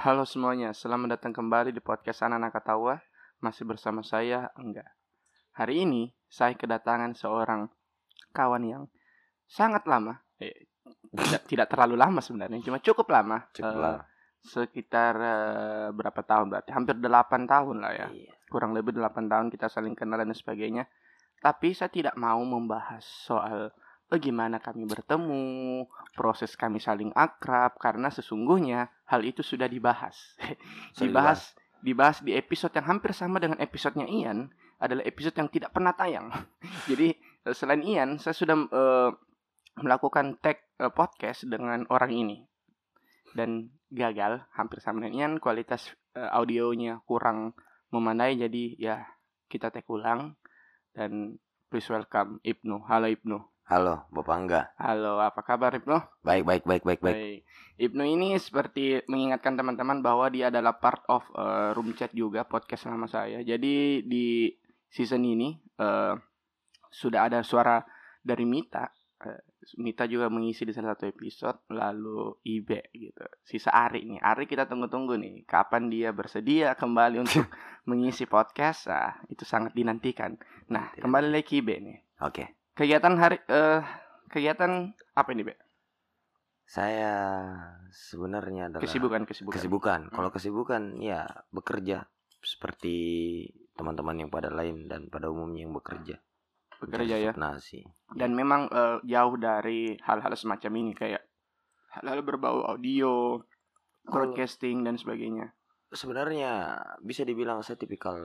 Halo semuanya, selamat datang kembali di podcast Anak-anak Ketawa. Masih bersama saya, Enggak. Hari ini, saya kedatangan seorang kawan yang sangat lama. Tidak terlalu lama sebenarnya, cuma cukup lama. Sekitar berapa tahun berarti? Hampir 8 tahun lah ya. Kurang lebih 8 tahun kita saling kenal dan sebagainya. Tapi saya tidak mau membahas soal bagaimana kami bertemu, proses kami saling akrab, karena sesungguhnya hal itu sudah dibahas. dibahas di episode yang hampir sama dengan episodenya Ian, adalah episode yang tidak pernah tayang. Jadi selain Ian, saya sudah melakukan tag podcast dengan orang ini dan gagal, hampir sama dengan Ian. Kualitas audionya kurang memadai, jadi ya kita tag ulang. Dan please welcome Ibnu. Halo Ibnu. Halo, Bapak Enggak. Halo, apa kabar Ibnu? Baik. Ibnu ini seperti mengingatkan teman-teman bahwa dia adalah part of Room Chat juga, podcast sama saya. Jadi di season ini sudah ada suara dari Mita. Mita juga mengisi di salah satu episode. Lalu Ibe gitu. Sisa Ari nih. Ari kita tunggu-tunggu nih. Kapan dia bersedia kembali untuk mengisi podcast. Nah, itu sangat dinantikan. Nah, kembali lagi Ibe nih. Oke. Kegiatan kegiatan apa ini, Be? Saya sebenarnya adalah kesibukan. Kalau kesibukan ya bekerja seperti teman-teman yang pada lain dan pada umumnya yang bekerja ya. Nasi. Dan memang jauh dari hal-hal semacam ini, kayak hal-hal berbau audio, broadcasting dan sebagainya. Sebenarnya bisa dibilang saya tipikal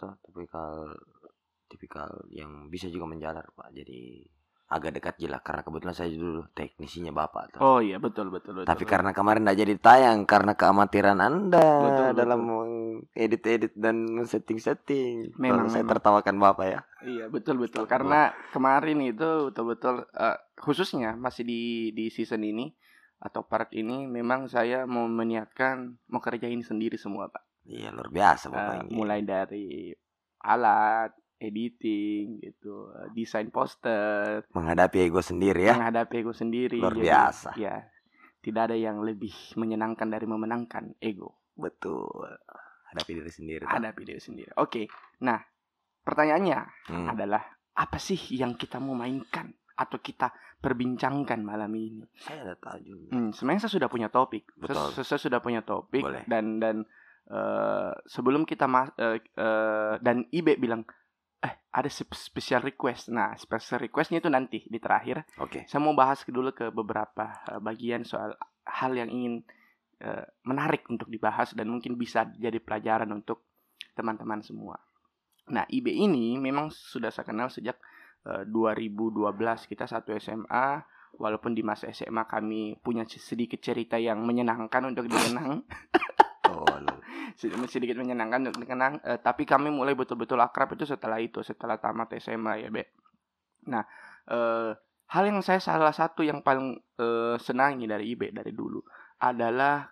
yang bisa juga menjalar, Pak. Jadi agak dekat jelas karena kebetulan saya dulu teknisinya Bapak. Oh iya, betul. Tapi karena kemarin tidak jadi tayang karena keamatiran Anda dalam edit dan setting. Memang saya tertawakan Bapak ya. Iya, betul. Karena kemarin itu betul khususnya masih di season ini atau part ini memang saya mau meniatkan mau kerjain sendiri semua, Pak. Iya, luar biasa Bapak ini. Mulai dari alat editing gitu, desain poster, menghadapi ego sendiri ya. Luar biasa. Ya, tidak ada yang lebih menyenangkan dari memenangkan ego. Betul. Hadapi diri sendiri. Oke. Nah, pertanyaannya adalah apa sih yang kita mau mainkan atau kita perbincangkan malam ini? Saya udah tahu juga. Sebenarnya saya sudah punya topik. Saya sudah punya topik. Boleh. Dan sebelum kita dan Ibe bilang ada special request. Nah, special requestnya itu nanti di terakhir. Oke. Saya mau bahas dulu ke beberapa bagian soal hal yang ingin menarik untuk dibahas dan mungkin bisa jadi pelajaran untuk teman-teman semua. Nah, IB ini memang sudah saya kenal sejak 2012. Kita satu SMA. Walaupun di masa SMA kami punya sedikit cerita yang menyenangkan untuk dikenang. Sedikit menyenangkan untuk dikenang, tapi kami mulai betul-betul akrab itu setelah tamat SMA ya, Be. Nah, hal yang saya salah satu yang paling senangi dari Ibe dari dulu adalah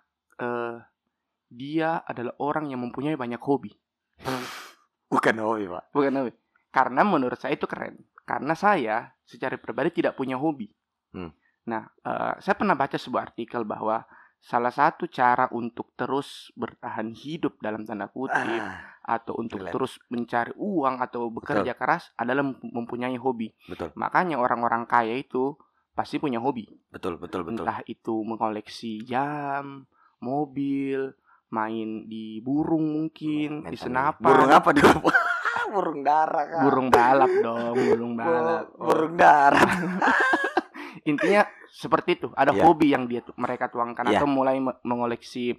dia adalah orang yang mempunyai banyak hobi. Bukan hobi, Pak. Karena menurut saya itu keren. Karena saya secara pribadi tidak punya hobi. Nah, saya pernah baca sebuah artikel bahwa salah satu cara untuk terus bertahan hidup dalam tanda kutip atau untuk terus mencari uang atau bekerja keras adalah mempunyai hobi. Betul. Makanya orang-orang kaya itu pasti punya hobi. Betul. Entah itu mengoleksi jam, mobil, main di burung mungkin, di senapan. Burung apa dulu? Burung dara kan? Burung balap dong, burung balap. Burung dara. Intinya seperti itu, ada hobi yang mereka tuangkan atau mulai mengoleksi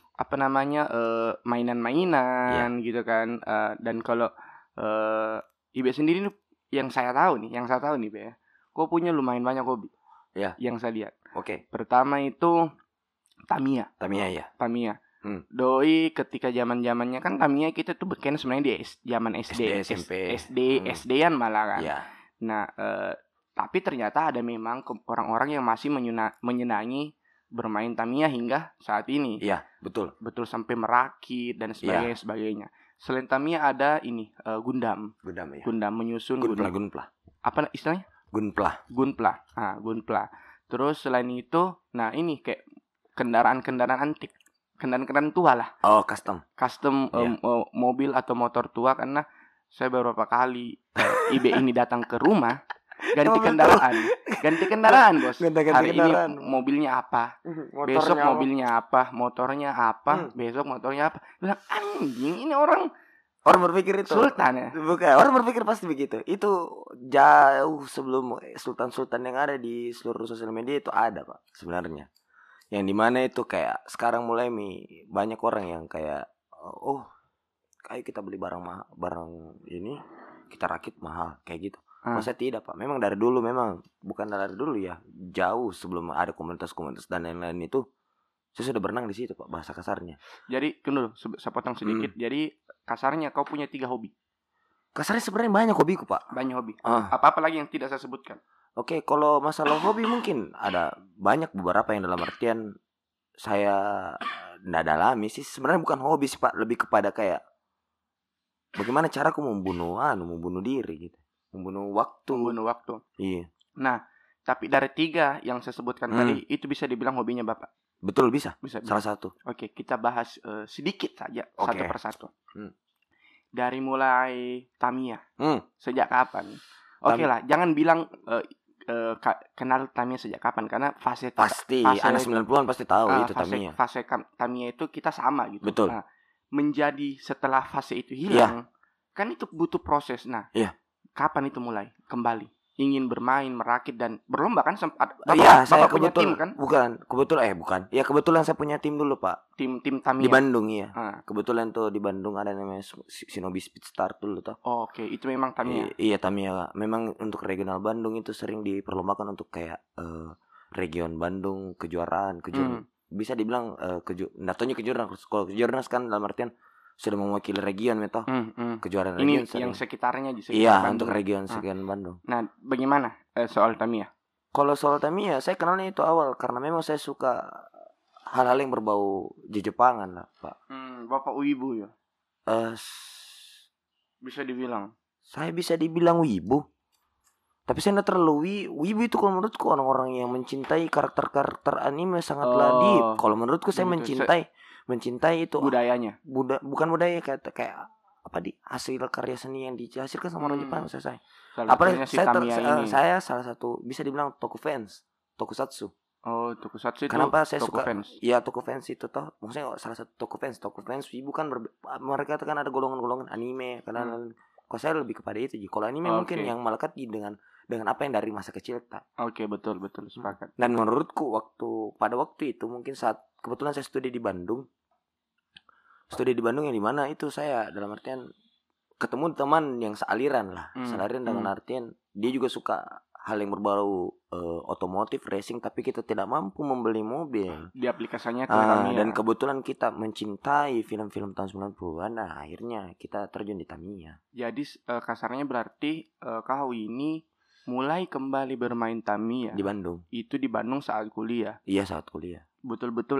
mainan-mainan gitu kan. Dan kalau Ibe sendiri yang saya tahu nih Be ya, kok punya lumayan banyak hobi. Ya. Yang saya lihat. Oke. Pertama itu Tamiya. Tamiya. Doi ketika zaman-zamannya kan Tamiya kita tuh beken sebenarnya di zaman SD, SMP, SD-an malah kan. Ya. Nah, tapi ternyata ada memang orang-orang yang masih menyenangi bermain Tamiya hingga saat ini. Iya, betul. Betul sampai merakit dan sebagainya. Selain Tamiya ada ini Gundam. Gundam ya. Gundam menyusun Gunpla. Apa istilahnya? Gunpla. Gunpla. Terus selain itu, nah ini kayak kendaraan antik. kendaraan tua lah. Oh, custom mobil atau motor tua, karena saya beberapa kali IB ini datang ke rumah ganti kendaraan bos. Hari ini mobilnya apa, besok mobilnya apa, motornya apa, besok motornya apa. Bilang anjing, ini orang berpikir itu sultan ya. Bukan, orang berpikir pasti begitu. Itu jauh sebelum sultan-sultan yang ada di seluruh sosial media itu ada Pak sebenarnya. Yang dimana itu kayak sekarang mulai banyak orang yang kayak ayo kita beli barang ini kita rakit mahal kayak gitu. Masa tidak Pak, memang dari dulu, memang bukan dari dulu ya, jauh sebelum ada komunitas-komunitas dan lain-lain itu saya sudah berenang di situ Pak, bahasa kasarnya. Jadi dulu saya potong sedikit. Jadi kasarnya kau punya 3 hobi. Kasarnya sebenarnya banyak hobiku Pak. Banyak hobi. Apa lagi yang tidak saya sebutkan? Oke, kalau masalah hobi mungkin ada banyak beberapa yang dalam artian saya nggak dalami sih. Sebenarnya bukan hobi sih Pak, lebih kepada kayak bagaimana caraku membunuh diri gitu. Membunuh waktu. Iya. Nah, tapi dari 3 yang saya sebutkan tadi itu bisa dibilang hobinya Bapak. Betul, bisa. Salah satu. Oke, kita bahas sedikit saja satu persatu. Dari mulai Tamiya. Sejak kapan? Oke lah, jangan bilang kenal Tamiya sejak kapan, karena fase anak 90-an pasti tahu itu Tamiya. Fase Tamiya itu kita sama gitu. Betul. Nah, menjadi setelah fase itu hilang, kan itu butuh proses. Nah, kapan itu mulai kembali ingin bermain, merakit dan berlomba kan sempat. Saya punya tim kan? Bukan. Ya kebetulan saya punya tim dulu Pak. Tim Tamiya di Bandung ya. Kebetulan tuh di Bandung ada namanya Shinobi Speedstar dulu tuh. Oke, itu memang Tamiya. Iya Tamiya. Memang untuk regional Bandung itu sering diperlombakan untuk kayak region Bandung kejuaraan. Bisa dibilang natonya kejuaraan. Kalau kejuaraan kan dalam artian sudah mewakili region itu kejuaraan ini region yang sekitarnya di sekitar Bandung. Untuk region sekian Bandung. Nah, bagaimana soal Tamiya? Kalau soal Tamiya saya kenalnya itu awal karena memang saya suka hal-hal yang berbau Jepangan lah Pak. Bapak wibu ya? Bisa dibilang. Saya bisa dibilang wibu. Tapi saya tidak terlalu wibu itu kalau menurutku orang-orang yang mencintai karakter-karakter anime sangatlah deep. Kalau menurutku saya mencintai itu budayanya. Bukan budaya kayak apa hasil karya seni yang dihasilkan sama orang Jepang selesai. Apalagi saya salah satu bisa dibilang tokusatsu. Oh, tokusatsu itu. Kenapa saya suka? Fans. Iya, tokufans itu toh. Maksudnya salah satu tokufans ibu kan mereka kan ada golongan-golongan anime karena kalau saya lebih kepada itu. Kalau anime mungkin yang melekat dengan apa yang dari masa kecil tak. Oke, betul sepakat. Dan menurutku pada waktu itu mungkin saat kebetulan saya studi di Bandung yang dimana itu saya dalam artian ketemu teman yang sealiran lah, dengan artian dia juga suka hal yang berbau otomotif racing, tapi kita tidak mampu membeli mobil. Di aplikasinya Tamiya. Dan kebetulan kita mencintai film-film tahun 90-an, nah akhirnya kita terjun di Tamiya. Jadi kasarnya berarti kau ini mulai kembali bermain Tamiya di Bandung. Itu di Bandung saat kuliah. Iya, saat kuliah. Betul-betul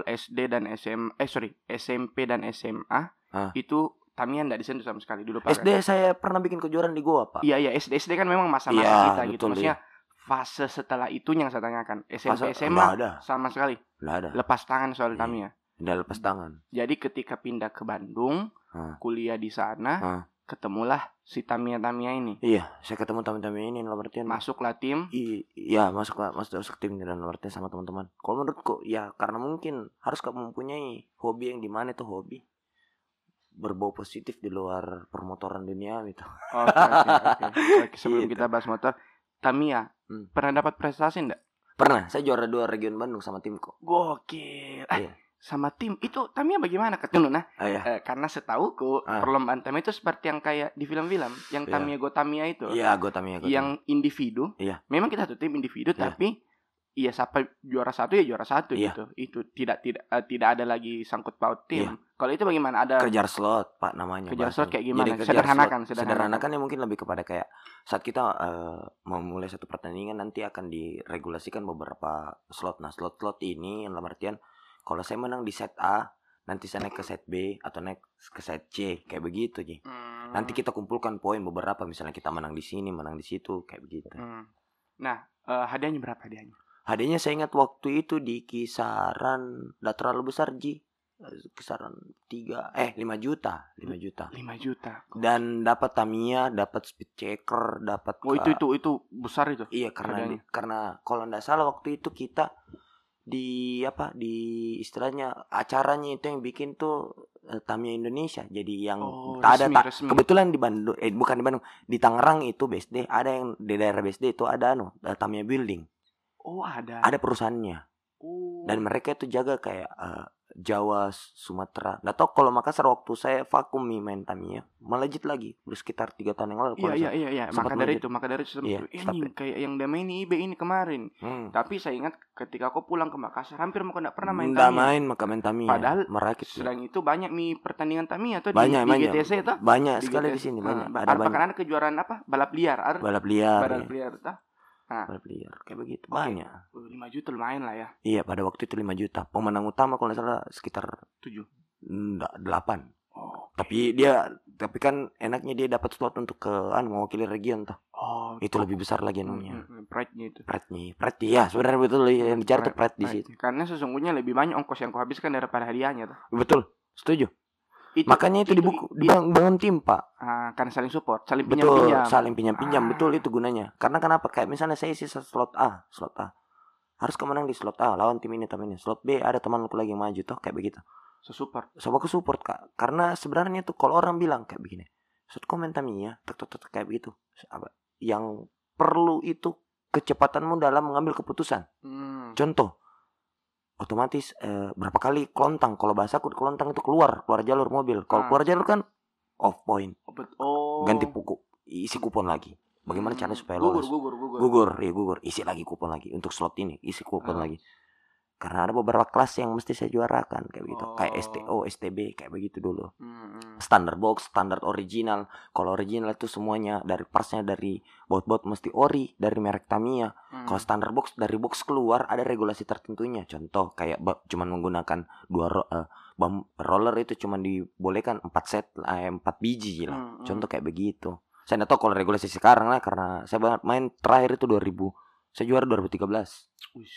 SMP dan SMA itu Tamiya enggak disentuh sama sekali dulu Pak. SD saya pernah bikin kejuaraan di Goa Pak. Iya SD kan memang masa-masa kita gitu. Maksudnya fase setelah itu yang saya tanyakan. SMP SMA sama sekali. Ada. Lepas tangan soal Tamiya. Udah lepas tangan. Jadi ketika pindah ke Bandung, kuliah di sana, ketemulah si Tamiya ini. Iya, saya ketemu Tamiya ini dalam artian masuklah tim. Iya, masuk tim dalam artian sama teman-teman. Kalau menurutku ya karena mungkin harus kamu mempunyai hobi yang dimana itu hobi berbau positif di luar permotoran dunia gitu. Oke. Sebelum kita bahas motor, Tamiya pernah dapat prestasi enggak? Pernah, saya juara 2 region Bandung sama timku. Gokil. Sama tim itu Tamiya bagaimana ketemu? Karena setauku perlombaan Tamiya itu seperti yang kayak di film-film yang Tamiya Go Tamiya itu. Iya, Go Tamiya. Yang individu. Iya. Memang kita satu tim individu tapi siapa juara satu gitu. Itu tidak ada lagi sangkut paut tim. Kalau itu bagaimana? Ada kejar slot Pak namanya. Kejar slot kayak gimana? Sederhanakan. Ya mungkin lebih kepada kayak saat kita memulai satu pertandingan nanti akan diregulasikan beberapa slot. Nah, slot ini yang dalam artian kalau saya menang di set A, nanti saya naik ke set B atau naik ke set C, kayak begitu Ji. Nanti kita kumpulkan poin beberapa, misalnya kita menang di sini, menang di situ, kayak begitu. Nah, hadiahnya berapa hadiahnya? Hadiahnya saya ingat waktu itu di kisaran, tidak terlalu besar Ji. kisaran 5 juta. 5 juta. Dan dapat Tamiya, dapat speed checker, dapat itu besar itu. Iya, karena kalau enggak salah waktu itu kita di istilahnya acaranya itu yang bikin tuh Tamiya Indonesia. Jadi yang resmi. Kebetulan di Bandung bukan di Bandung, di Tangerang itu BSD, ada yang di daerah BSD itu ada Tamiya Building. Oh, ada. Ada perusahaannya. Dan mereka itu jaga kayak Jawa, Sumatera. Nggak tahu kalau Makassar waktu saya vakum main Tamiya, melejit lagi. Udah sekitar 3 tahun yang lalu. Iya. Maka dari itu ini kayak yang damai ini IB ini kemarin. Tapi saya ingat ketika aku pulang ke Makassar, hampir mau nggak pernah main Tamiya. Main Tamiya. Padahal merakit. Selain itu banyak pertandingan Tamiya tuh banyak, di GTC itu. Banyak sekali di sini. Banyak. Ada kejuaraan balap liar. Balap liar tuh. Balap liar kayak begitu. Banyak. 5 juta lumayan lah ya. Iya, pada waktu itu 5 juta. Pemenang utama kalau nggak salah sekitar 7. 8. Okay. Tapi kan enaknya dia dapat slot untuk ke mewakili region tuh. Itu lebih besar lagi namanya. Pride-nya itu. Pride ya, sebenarnya betul yang bicara tuh pride di situ. Karena sesungguhnya lebih banyak ongkos yang kau habiskan daripada hadiahnya tuh. Betul, setuju. Makanya itu dibangun tim, Pak. Karena saling support, saling pinjam-pinjam. Saling pinjam-pinjam, betul itu gunanya. Karena kenapa? Kayak misalnya saya isi slot A. Harus kemenang di slot A, lawan tim ini. Slot B ada temanku lagi yang maju tuh, kayak begitu. Support. Coba aku support, Kak. Karena sebenarnya tuh kalau orang bilang kayak begini, "Set komen Tamiya, kayak begitu." Yang perlu itu kecepatanmu dalam mengambil keputusan. Contoh, otomatis berapa kali kelontang. Kalau bahasaku kelontang itu keluar jalur mobil. Kalau keluar jalur kan off point. Ganti isi kupon lagi. Bagaimana caranya supaya lolos? Gugur. Isi lagi kupon lagi untuk slot ini. Isi kupon lagi. Karena ada beberapa kelas yang mesti saya juarakan kayak begitu. Kayak STO, STB kayak begitu dulu. Standar box, standar original. Kalau original itu semuanya dari partsnya dari baut mesti ori dari merek Tamiya. Kalau standar box dari box keluar ada regulasi tertentunya. Contoh kayak cuman menggunakan 2 roller itu cuman dibolehkan 4 biji lah. Contoh kayak begitu. Saya enggak tahu kalau regulasi sekarang lah, karena saya main terakhir itu 2000. Saya juara 2013.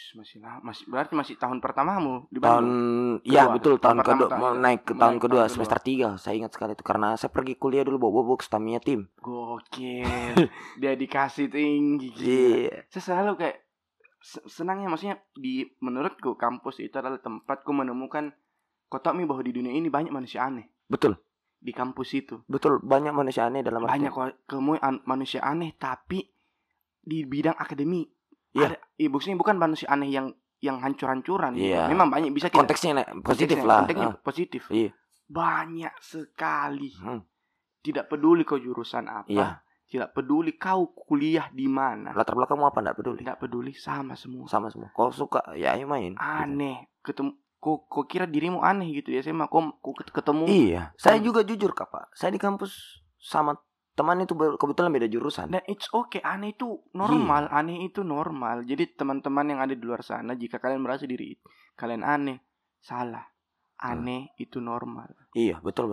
Berarti masih tahun pertamamu di Bandung. Iya betul, tahun kedua mau naik ke tahun kedua semester 3. Saya ingat sekali itu karena saya pergi kuliah dulu bawa box Tamiya tim. Gokil. Dia dikasih tinggi. Iya. Saya selalu kayak senangnya, maksudnya menurutku kampus itu adalah tempatku menemukan kotakmi bahwa di dunia ini banyak manusia aneh. Betul. Di kampus itu. Betul, banyak manusia aneh dalam banyak manusia aneh tapi di bidang akademik. Iya. Maksudnya bukan manusia aneh yang hancur-hancuran. Iya. Memang banyak bisa konteksnya positif lah. Konteksnya positif. Iya. Banyak sekali. Tidak peduli kau jurusan apa. Iya. Tidak peduli kau kuliah di mana. Latar belakangmu apa enggak peduli. Tidak peduli, sama semua. Kau suka ya ayo main. Aneh. Ketemu kau kira dirimu aneh gitu ya SMA. Kau ketemu. Iya. Saya juga jujur, Kak, Pak. Saya di kampus sama teman itu kebetulan beda jurusan. Dan it's okay, aneh itu normal, Aneh itu normal. Jadi teman-teman yang ada di luar sana, jika kalian merasa diri kalian aneh, salah. Aneh itu normal. Iya, betul.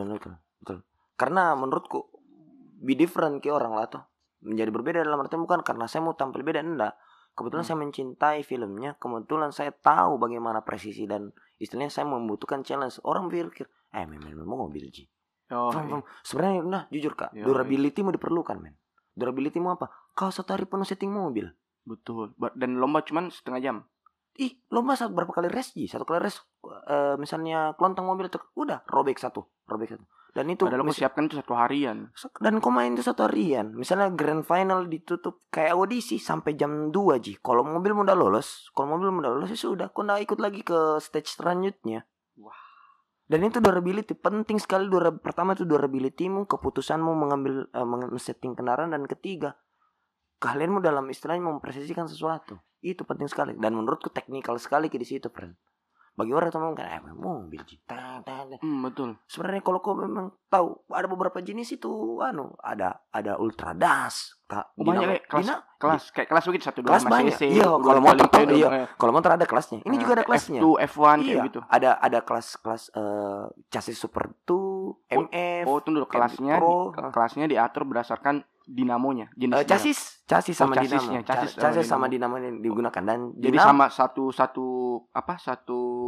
Karena menurutku be different ke orang lah tuh. Menjadi berbeda dalam arti bukan karena saya mau tampil beda, enggak. Kebetulan saya mencintai filmnya, kebetulan saya tahu bagaimana presisi dan istilahnya saya membutuhkan challenge. Orang berpikir, mau mobil Ji. Sebenarnya jujur Kak, durability mau diperlukan men. Durability mau apa? Kau 1 hari penuh setting mobil. Betul. Dan lomba cuman setengah jam. Lomba berapa kali race Ji? 1 kali race misalnya kelontang mobil itu udah robek satu. Dan itu padahal siapkan itu 1 harian. Dan kau main itu 1 harian. Misalnya grand final ditutup kayak audisi sampai jam 2 Ji. Kalau mobil udah lolos ya sudah, kau udah ikut lagi ke stage selanjutnya. Wah. Dan itu durability penting sekali. Pertama itu durability-mu, keputusanmu mengambil setting kendaraan, dan ketiga kalianmu dalam istilahnya mempresisikan sesuatu. Itu penting sekali dan menurutku teknikal sekali di situ, friend. Bagi orang yang ngomong mobil cita. Betul. Sebenarnya kalau kau memang tahu ada beberapa jenis itu ada ultra das. Banyak kelas kayak kelas begitu 1 2 kelas banyak. Iya, kalau motor ada kelasnya. Ini juga ada kelasnya. F2, F1 kayak gitu. Ada kelas chassis Super 2, MF. Itu dulu kelasnya diatur berdasarkan dinamonya, jenis chassis sama dinamo. Chassis sama dinamo yang digunakan dan jadi sama satu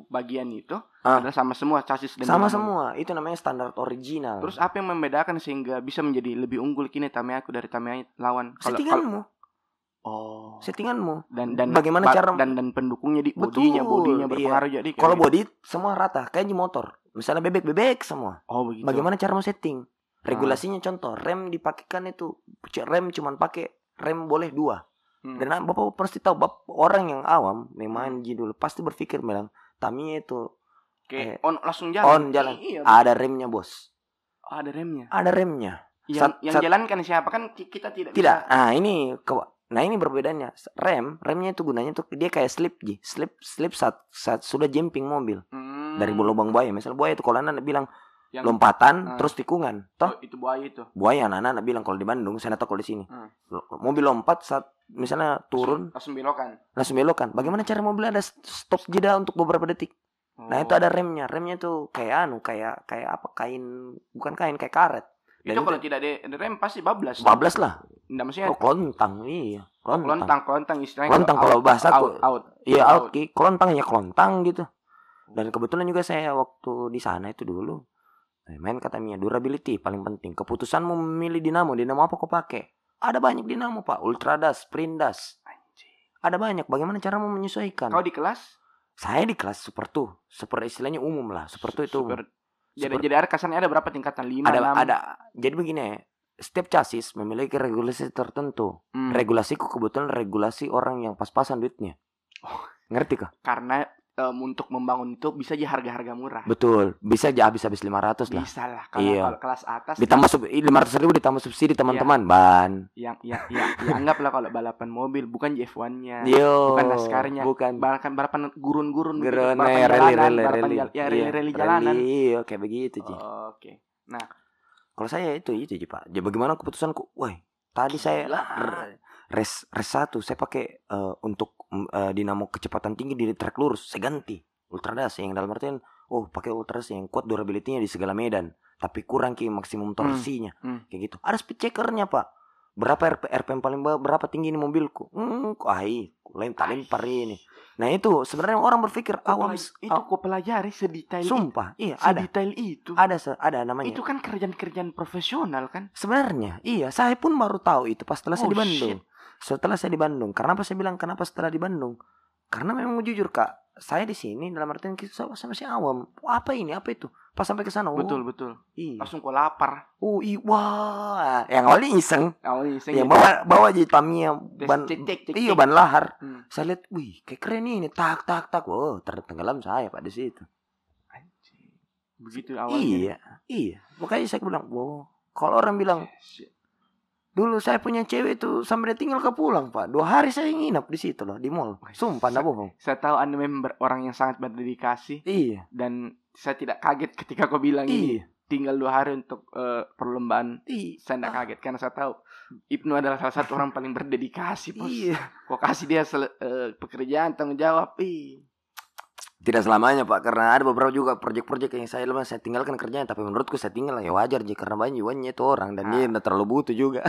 bagian itu adalah sama semua chassis dan sama semua. Itu namanya standar original. Terus apa yang membedakan sehingga bisa menjadi lebih unggul kini Tamiya aku dari Tamiya lawan? Settinganmu. Settinganmu. Dan bagaimana cara dan pendukungnya di bodinya berpengaruh jadi. Kalau bodi semua rata kayak di motor. Misalnya bebek semua. Begitu. Bagaimana cara mau setting? Regulasinya contoh, rem dipakikan itu rem cuman pakai rem boleh 2. Dan Bapak pasti tahu, orang yang awam memang dulu pasti berpikir bilang Tamiya itu langsung jalan. Iya, ada remnya, Bos. Ada remnya. Ada remnya. Yang jalankan siapa kan kita tidak. Bisa. Ini perbedaannya. Remnya itu gunanya tuh dia kayak slip saat sudah jumping mobil. Dari lubang buaya. Misal buaya itu kalau anak bilang lompatan terus tikungan. Itu buaya itu. Buaya anak bilang kalau di Bandung, saya tahu kalau di sini. Mobil lompat saat misalnya turun langsung belokan. Bagaimana cara mobil ada stop jeda untuk beberapa detik? Nah, itu ada remnya. Remnya tuh kayak kayak apa? Bukan kain, kayak karet. Dan itu kalau tidak ada rem pasti bablas. Bablas lah. Enggak maksudnya klontang, iya. Klontang istilahnya. Klontang kalau bahasa out. Iya, out. Klontang ya klontang gitu. Dan kebetulan juga saya waktu di sana itu dulu main kata Tamiya, durability paling penting. Keputusanmu memilih dinamo apa kau pakai? Ada banyak dinamo, Pak. Ultradas, Sprindas. Ada banyak. Bagaimana caramu menyesuaikan? Kau di kelas? Saya di kelas Super 2. Super istilahnya umum lah. Super 2 itu. Jadi ada kasannya ada berapa tingkatan? 5, 6? Ada. Jadi begini, setiap chassis memiliki regulasi tertentu. Regulasiku kebetulan regulasi orang yang pas-pasan duitnya. Ngerti kah? Karena untuk membangun itu bisa aja harga-harga murah. Betul, bisa aja habis 500 lah. Bisa lah, kalau kelas atas ditambah 500.000 ditambah subsidi teman-teman, ban. Yang anggaplah kalau balapan mobil bukan F1-nya, bukan NASCAR-nya, bahkan balapan gurun-gurun gitu, rally jalanan. Iya, kayak begitu, Ji. Oke. Nah, kalau saya itu Ji, Pak. Jadi bagaimana keputusanku? Wah, tadi saya Res 1 saya pakai untuk dinamo kecepatan tinggi di track lurus, saya ganti Ultradas yang dalam artian pakai Ultradas yang kuat durability-nya di segala medan, tapi kurang maksimum torsinya. Kayak gitu. Ada speed checkernya, Pak. Berapa RPM paling berapa tinggi ini mobilku? Lempar ini. Nah, itu sebenarnya orang berpikir awam itu kok pelajari sedetail. Sumpah, iya, sedetail itu. Ada namanya. Itu kan kerjaan profesional kan? Sebenarnya, iya, saya pun baru tahu itu pas setelah saya di Bandung. Setelah saya di Bandung. Kenapa saya bilang kenapa setelah di Bandung? Karena memang jujur, Kak, saya di sini dalam artian kita masih awam. Apa ini? Apa itu? Pas sampai ke sana, betul. Iya. Langsung kok lapar. Wah, yang awalnya iseng. Yang ya. bawa aja Tamiya ban lahar. Saya lihat, kayak keren ini. Tak. Tertenggelam saya, Pak, di situ. Begitu awalnya. Iya. Makanya saya bilang, kalau orang bilang dulu saya punya cewek itu sampai dia tinggal ke pulang, Pak. 2 hari saya nginap di situ loh, di mall. Sumpah, enggak bohong. Saya tahu Anda memang orang yang sangat berdedikasi. Iya. Dan saya tidak kaget ketika kau bilang ini tinggal 2 hari untuk perlombaan. Saya tidak kaget karena saya tahu Ibnu adalah salah satu orang paling berdedikasi, Bos. Iya. Kau kasih dia pekerjaan, tanggung jawab. Tidak selamanya, Pak, karena ada beberapa juga proyek-proyek yang saya tinggalkan kerjanya, tapi menurutku saya tinggal ya wajar aja karena banyak itu orang dan dia tidak terlalu butuh juga.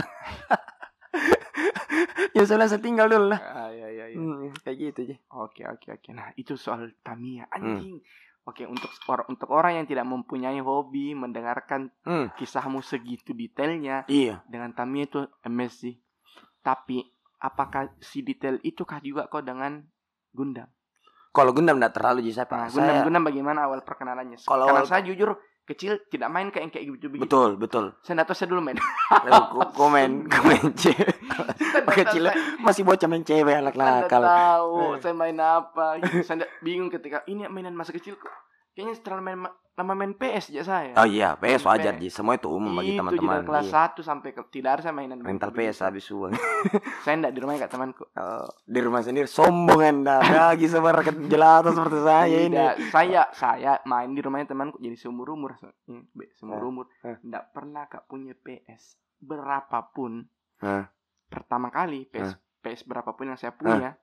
Ya sudah, saya tinggal dulu lah. Iya. Kayak gitu aja. Oke. Nah, itu soal Tamiya, anjing. Oke, untuk orang yang tidak mempunyai hobi mendengarkan kisahmu segitu detailnya, dengan Tamiya itu amazing. Tapi apakah si detail itu kah juga kok dengan Gundam? Kalau Gundam enggak terlalu sih, Pak. Gundam bagaimana awal perkenalannya? Karena saya jujur kecil tidak main kayak gitu begitu. Betul. Saya enggak tahu, saya dulu main. Komen cewek. Kecil masih bocah main cewek anak nakal. Tahu saya main apa? Saya bingung ketika ini mainan masa kecilku. Kayaknya setelah lama main PS aja saya. Oh iya, PS wajar Ji. Semua itu umum bagi teman-teman. Itu kelas 1 sampai tidak ada saya mainan. Rental PS habis uang. Saya enggak di rumah kayak temanku. Di rumah sendiri sombong Anda. Bagi sebar gelato seperti saya ini. Saya main di rumahnya temanku jadi seumur umur. Enggak pernah Kak punya PS berapapun. Pertama kali PS berapapun yang saya punya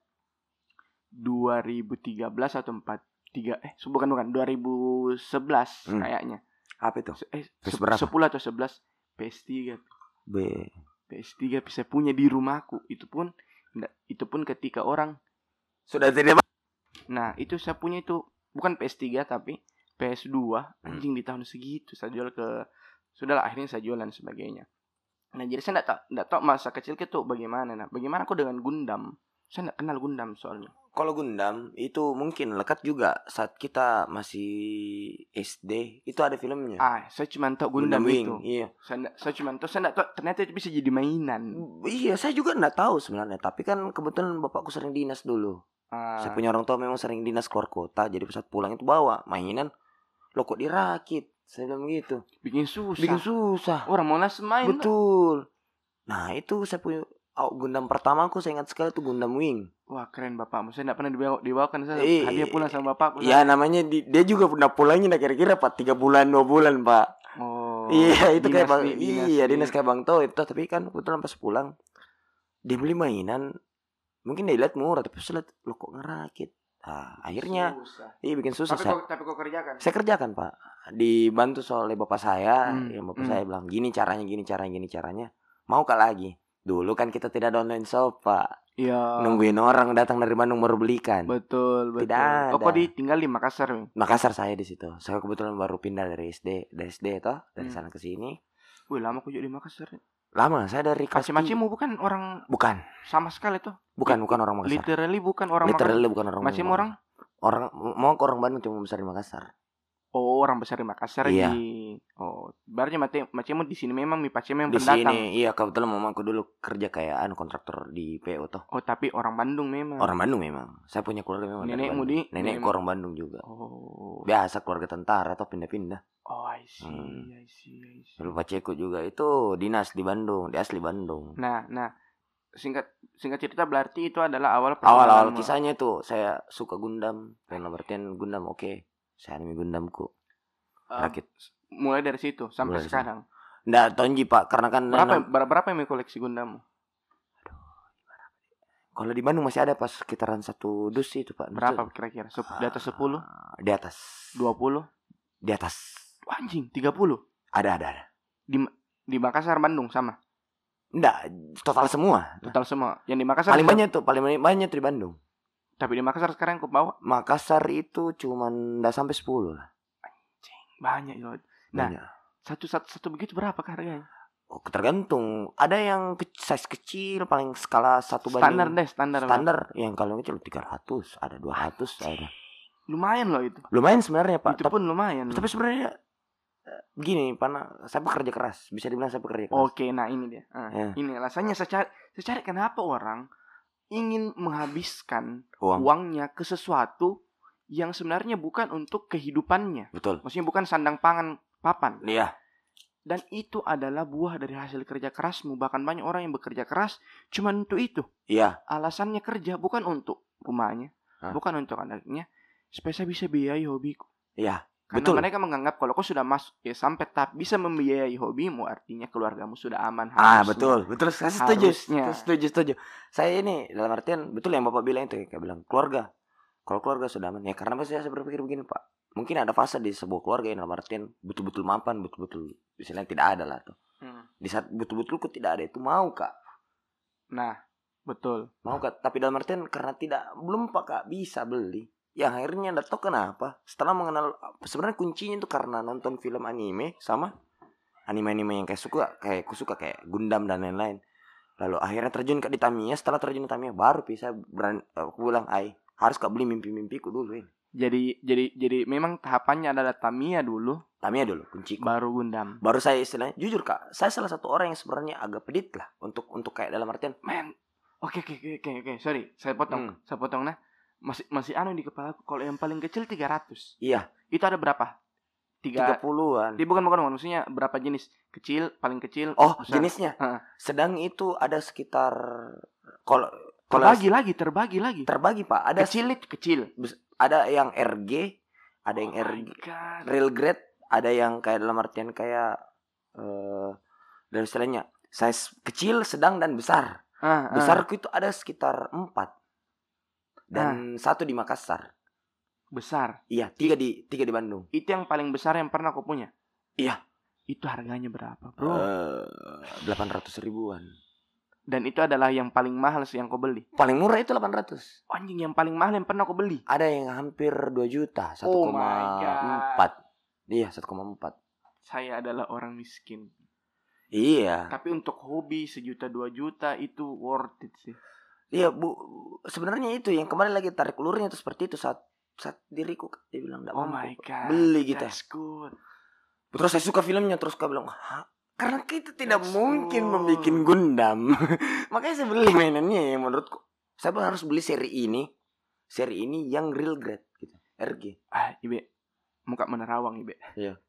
2013 atau 2011 kayaknya. Apa itu? 10 atau 11 PS3. PS3 bisa punya di rumahku. Itu pun ketika orang sudah tidak. Nah, itu saya punya itu bukan PS3 tapi PS2 anjing di tahun segitu saya jual ke sudahlah akhirnya saya jual dan sebagainya. Nah jadi saya enggak tahu masa kecil itu bagaimana. Nah bagaimana aku dengan Gundam? Saya enggak kenal Gundam soalnya. Kalau Gundam itu mungkin lekat juga saat kita masih SD itu ada filmnya. Saya cuma tahu Gundam itu. Iya. Saya cuma tahu, saya enggak tahu ternyata itu bisa jadi mainan. Iya, saya juga enggak tahu sebenarnya, tapi kan kebetulan bapakku sering dinas dulu. Saya punya orang tua memang sering dinas keluar kota, jadi saat pulang itu bawa mainan. Loh kok dirakit? Saya bilang gitu. Bikin susah. Orang mau main. Betul. Nah, itu saya punya Gundam pertama aku saya ingat sekali itu Gundam Wing. Wah keren bapakmu. Saya enggak pernah dibawakan saya hadiah pulang sama bapakku. Iya namanya dia juga pernah pulangnya kira-kira Pak 3 bulan 2 bulan Pak. Oh. Iya itu kayak Bang. Dinas kayak Bang Toh itu tapi kan kebetulan pas pulang dia beli mainan. Mungkin dia lihat murah tapi saya lihat lo kok ngerakit. Akhirnya bikin susah. Tapi kok kerjakan? Saya kerjakan Pak. Dibantu oleh bapak saya. Yang bapak saya bilang gini caranya. Mau kah lagi? Dulu kan kita tidak ada online shop Pak. Iya. Nungguin orang datang dari Bandung baru belikan. Betul. Tidak ada. Kok tinggal di Makassar? Makassar saya di situ. Saya kebetulan baru pindah dari SD toh, dari sana ke sini. Wih, lama aku juga di Makassar. Lama, saya dari Macimu bukan orang. Bukan. Sama sekali tuh. Bukan orang Makassar. Literally bukan orang Makassar. Bukan orang. Macimu orang? Mau ke orang Bandung cuma besar di Makassar. Oh, orang besar di Makassar. Iya. Berarti Macimu di sini memang mi Pacemu yang di pendatang. Di sini, iya kebetulan mamaku dulu kerja kayak kontraktor di PO toh. Oh, tapi orang Bandung memang. Orang Bandung memang. Saya punya keluarga memang. Nenekku orang Bandung juga. Oh. Biasa keluarga tentara atau pindah-pindah. Oh, I see. Lalu paceku juga itu dinas di Bandung, di asli Bandung. Nah, singkat cerita berarti itu adalah awal kisahnya itu saya suka Gundam. Dalam artian Gundam oke. Saya anime Gundamku. Rakit. Mulai dari situ sampai sekarang. Nggak tonji Pak, karena kan berapa yang koleksi Gundam? Kalau di Bandung masih ada pas sekitaran 1 dus itu Pak. Berapa kira-kira? Di atas 10? Di atas. 20? Di atas. Anjing, 30? Ada. Di Makassar, Bandung sama? Enggak, total semua. Yang di Makassar paling banyak tuh di Bandung. Tapi di Makassar sekarang kau bawa? Makassar itu cuman enggak sampai 10 lah. Anjing, banyak loh. Nah, satu begitu berapa harganya? Oh, tergantung. Ada yang size kecil paling skala 1 banding. Standar. Yang kalau kecil 300, ada 200 ada. Lumayan loh itu. Lumayan sebenarnya Pak. Itu pun lumayan. Tapi sebenarnya gini, saya bekerja keras. Bisa dibilang saya bekerja keras. Oke, nah ini dia. Ini alasannya saya cari kenapa orang ingin menghabiskan uangnya ke sesuatu yang sebenarnya bukan untuk kehidupannya. Betul. Maksudnya bukan sandang pangan papan. Iya. Dan itu adalah buah dari hasil kerja kerasmu. Bahkan banyak orang yang bekerja keras cuma untuk itu. Iya. Alasannya kerja bukan untuk rumahnya, bukan untuk anaknya, supaya saya bisa biayai hobiku. Iya. Karena betul. Mereka menganggap kalau kau sudah masuk sampai tahap bisa membiayai hobimu, artinya keluargamu sudah aman. Betul. Saya setuju. Saya ini dalam artian betul yang Bapak bilang itu kayak bilang keluarga. Kalau keluarga sudah aman ya, karena saya berpikir begini Pak. Mungkin ada fase di sebuah keluarga yang dalam artian betul-betul mapan, betul-betul istilahnya tidak ada lah tuh. Di saat betul-betul kok tidak ada itu mau Kak. Nah, betul. Mau Kak, tapi dalam artian karena belum Pak Kak bisa beli. Ya akhirnya enggak tahu kenapa setelah mengenal sebenarnya kuncinya itu karena nonton film anime sama anime yang aku suka kayak Gundam dan lain-lain. Lalu akhirnya terjun ke Tamiya. Setelah terjun ke Tamiya baru bisa aku bilang harus Kak beli mimpi-mimpiku dulu ini. Jadi memang tahapannya adalah Tamiya dulu kunci. Baru Gundam. Baru saya istilahnya jujur Kak, saya salah satu orang yang sebenarnya agak pedit lah untuk kayak dalam artian Oke. Sorry, saya potong nah. Masih di kepala aku. Kalau yang paling kecil 300. Iya. Itu ada berapa? 30-an. Bukan maksudnya berapa jenis? Kecil, paling kecil. Oh, besar. Jenisnya. Sedang itu ada sekitar terbagi lagi. Terbagi Pak. Ada kecil. Ada yang RG, ada yang real grade, ada yang kayak dalam artian kayak dari istilahnya size kecil, sedang dan besar. Besarku itu ada sekitar 4. Dan 1 di Makassar. Besar. Iya, 3 di Bandung. Itu yang paling besar yang pernah kau punya. Iya. Itu harganya berapa, Bro? 800 ribuan. Dan itu adalah yang paling mahal sih yang kau beli. Paling murah itu 800. Anjing, yang paling mahal yang pernah kau beli. Ada yang hampir 2 juta, 1,4. Oh my God. Iya, 1,4. Saya adalah orang miskin. Iya. Tapi untuk hobi 1 juta 2 juta itu worth it sih. Iya, Bu. Sebenarnya itu yang kemarin lagi tarik ulurnya itu seperti itu saat diriku dia bilang enggak mampu. My God. Beli gitu. That's good. Terus saya suka filmnya, terus kau bilang, karena kita tidak mungkin membuat Gundam. Makanya saya beli mainannya ya menurutku. Saya harus beli seri ini yang real grade gitu. RG. Ibe. Muka menerawang, Ibe. Iya.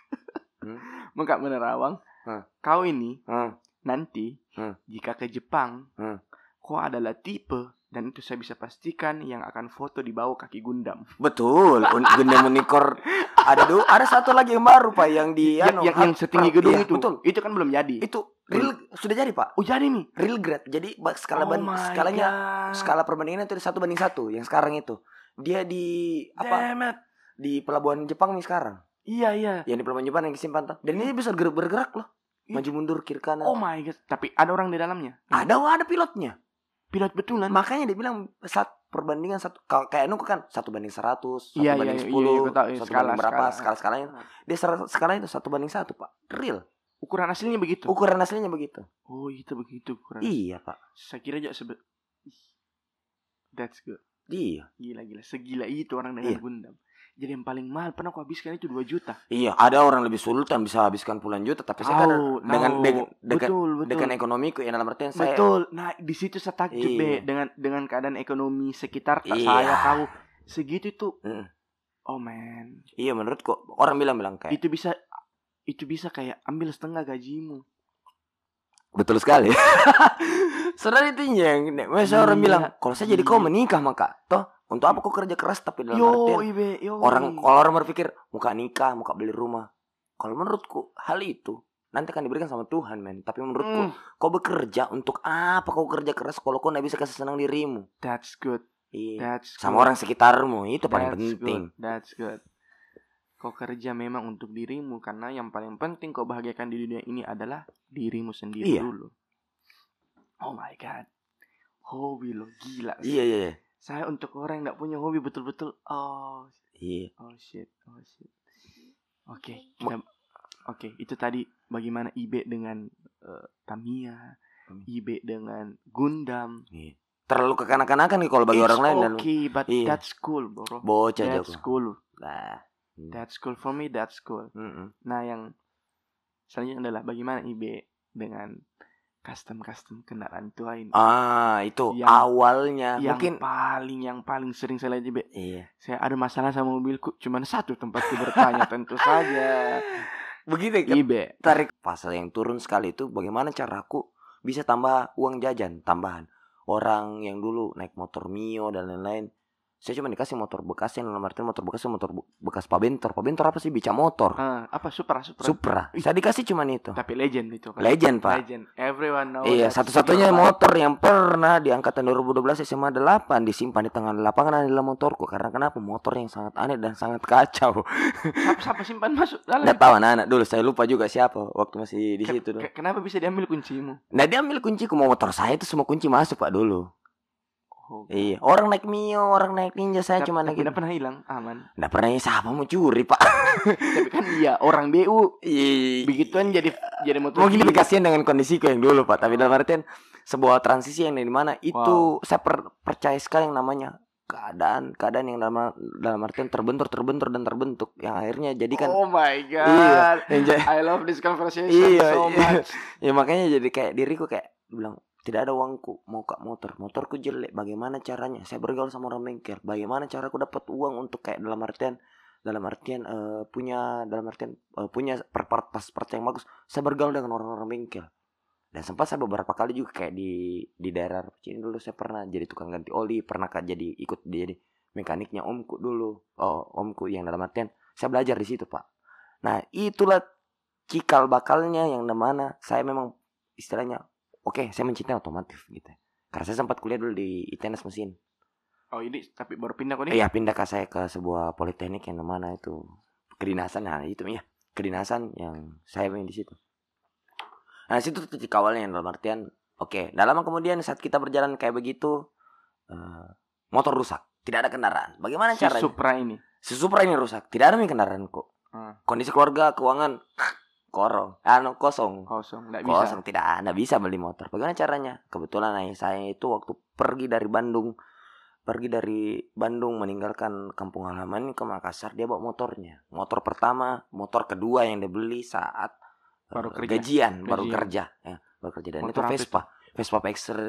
Muka menerawang. Kau ini nanti jika ke Jepang, kau adalah tipe, dan itu saya bisa pastikan, yang akan foto di bawah kaki Gundam. Betul. Gundam Unicorn. Ada satu lagi yang baru Pak, yang di yang setinggi gedung iya, itu. Betul. Itu kan belum jadi. Itu real sudah jadi Pak. Oh jadi nih. Real grade. Jadi skala perbandingannya itu 1:1 yang sekarang itu. Dia di di pelabuhan Jepang nih sekarang. Iya. Yang di pelabuhan Jepang yang disimpan tuh. Dan ini bisa bergerak loh. Maju mundur kiri kanan. Oh my God. Tapi ada orang di dalamnya. Ada pilotnya. Pilot betulan. Makanya dia bilang perbandingan kayak Nuku kan 1:100, 1:10, 1 banding berapa skalanya. Dia sekarang itu 1:1 Pak. Real. Ukuran aslinya begitu. Oh itu begitu ukuran. Iya Pak. Saya kira aja that's good. Iya. Gila. Segila itu orang dengan Gundam. Jadi yang paling mahal pernah aku habiskan itu 2 juta. Iya, ada orang lebih sultan bisa habiskan puluhan juta, tapi saya kan dengan ekonomiku yang dalam artian saya. Betul. Nah, di situ saya takjub dengan keadaan ekonomi sekitar saya tahu segitu tuh. Oh man. Iya, menurutku orang bilang kayak itu bisa kayak ambil setengah gajimu. Betul sekali. Saudara itu yang orang bilang, kalau saya jadi kau menikah maka toh untuk apa kau kerja keras tapi dalam artian kalau orang berpikir muka nikah, muka beli rumah. Kalau menurutku hal itu nanti akan diberikan sama Tuhan, men. Tapi menurutku kau bekerja untuk apa? Kau kerja keras kalau kau tidak bisa kasih senang dirimu. That's good. Iya. Sama orang sekitarmu itu paling penting. That's good. Kau kerja memang untuk dirimu, karena yang paling penting kau bahagiakan di dunia ini adalah dirimu sendiri dulu. Oh my God. Hobi lo gila. Iya. Saya untuk orang yang gak punya hobi betul-betul. Iya. Oh shit. Oke, itu tadi bagaimana Ibe dengan Tamiya, Ibe dengan Gundam. Iya. Terlalu kekanak-kanakan nih kalau bagi orang lain. Okay, but that's cool, bro. Bocah aja. That's cool. Nah, that's cool for me. That's cool. Nah, yang selanjutnya adalah bagaimana Ibe dengan custom kendaraan tua ini. Itu yang awalnya mungkin yang paling sering saya lihat Ibe. Iya. Saya ada masalah sama mobilku, cuman satu tempatku bertanya. Tentu saja. Begitu kan? Ibe. Tarik pasal yang turun sekali itu, bagaimana caraku bisa tambah uang jajan tambahan. Orang yang dulu naik motor Mio dan lain-lain, saya cuma dikasih motor bekas, yang dalam artian motor bekas Pak Bentor apa sih, bica motor. Apa Supra. Saya dikasih cuma itu. Tapi legend itu kan. Legend Pak. Legend. Everyone knows. Iya, satu-satunya motor yang pernah di angkatan 2012 SMA 8 disimpan di tengah lapangan adalah motorku. Karena kenapa? Motor yang sangat aneh dan sangat kacau. Siapa simpan masuk dalam? Nggak tahu anak dulu, saya lupa juga siapa waktu masih di situ. Kenapa bisa diambil kuncimu? Nah, dia ambil kunciku. Motor saya itu semua kunci masuk Pak dulu. Iya, orang naik Mio, orang naik Ninja, saya cuma naik. Tidak pernah hilang, aman. Tidak pernah, siapa mau curi Pak? Tapi kan orang BU. Begituan jadi motor. Mungkin lebih kasihan dengan kondisiku yang dulu Pak. Tapi dalam artian sebuah transisi yang dari mana itu saya percaya sekali yang namanya keadaan yang dalam artian terbentur yang akhirnya jadikan. Oh my God. I love this conversation so much. Ya makanya jadi kayak diriku kayak bilang, tidak ada uangku, mau kak motorku jelek, bagaimana caranya? Saya bergaul sama orang bengkel, bagaimana cara aku dapat uang untuk kayak dalam artian punya part yang bagus. Saya bergaul dengan orang-orang bengkel. Dan sempat saya beberapa kali juga kayak di daerah sini dulu saya pernah jadi tukang ganti oli, pernah jadi ikut jadi mekaniknya omku dulu. Omku yang dalam artian saya belajar di situ Pak. Nah itulah cikal bakalnya yang dimana saya memang istilahnya saya mencintai otomotif gitu. Karena saya sempat kuliah dulu di ITNS mesin. Oh ini tapi baru pindah kok nih? Iya, pindah saya ke sebuah politeknik yang mana itu kedinasan. Nah itu ya kedinasan yang saya main di situ. Nah situ titik awalnya yang dalam artian Oke, tidak lama kemudian saat kita berjalan kayak begitu, motor rusak, tidak ada kendaraan. Bagaimana caranya? Si Supra ini rusak, tidak ada kendaraan kok. Kondisi keluarga, keuangan kosong, tidak bisa beli motor. Bagaimana caranya? Kebetulan ayah saya itu waktu pergi dari Bandung meninggalkan kampung halaman ke Makassar, dia bawa motornya. Motor pertama, motor kedua yang dia beli saat gajian. Baru kerja dan motor itu Vespa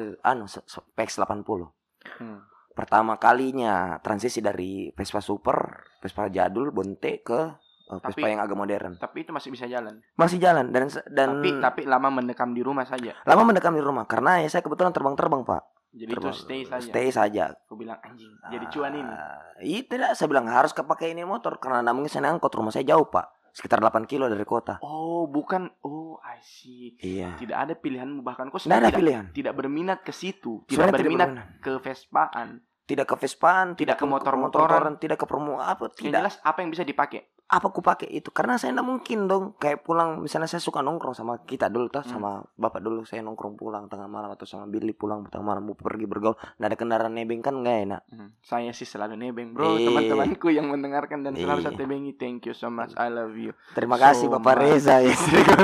PX80. Pertama kalinya transisi dari Vespa Super, Vespa jadul Bonte ke Vespa yang agak modern. Tapi itu masih bisa jalan. Masih jalan dan tapi lama mendekam di rumah saja. Lama mendekam di rumah karena ya saya kebetulan terbang, Pak. Jadi itu stay saja. Aku bilang anjing, jadi cuan ini. Iya tidak, saya bilang harus kepakai ini motor karena namanya saya angkot, rumah saya jauh, Pak. Sekitar 8 kilo dari kota. Oh, bukan. Oh, I see. Iya. Tidak ada pilihan, bahkan kok tidak berminat ke situ, tidak berminat ke Vespaan. Tidak ke Vespaan, tidak ke motor-motoran, tidak ke promo apa, tidak. Yang jelas apa yang bisa dipakai. Apa aku pakai itu? Karena saya enggak mungkin dong kayak pulang, misalnya saya suka nongkrong sama kita dulu sama bapak dulu, saya nongkrong pulang tengah malam atau sama Billy pulang tengah malam mau pergi bergaul, enggak ada kendaraan nebeng kan enggak enak. Saya sih selalu nebeng, bro. Teman-temanku yang mendengarkan dan selalu saya tebengi, thank you so much, I love you. Terima kasih Bapak Reza ya.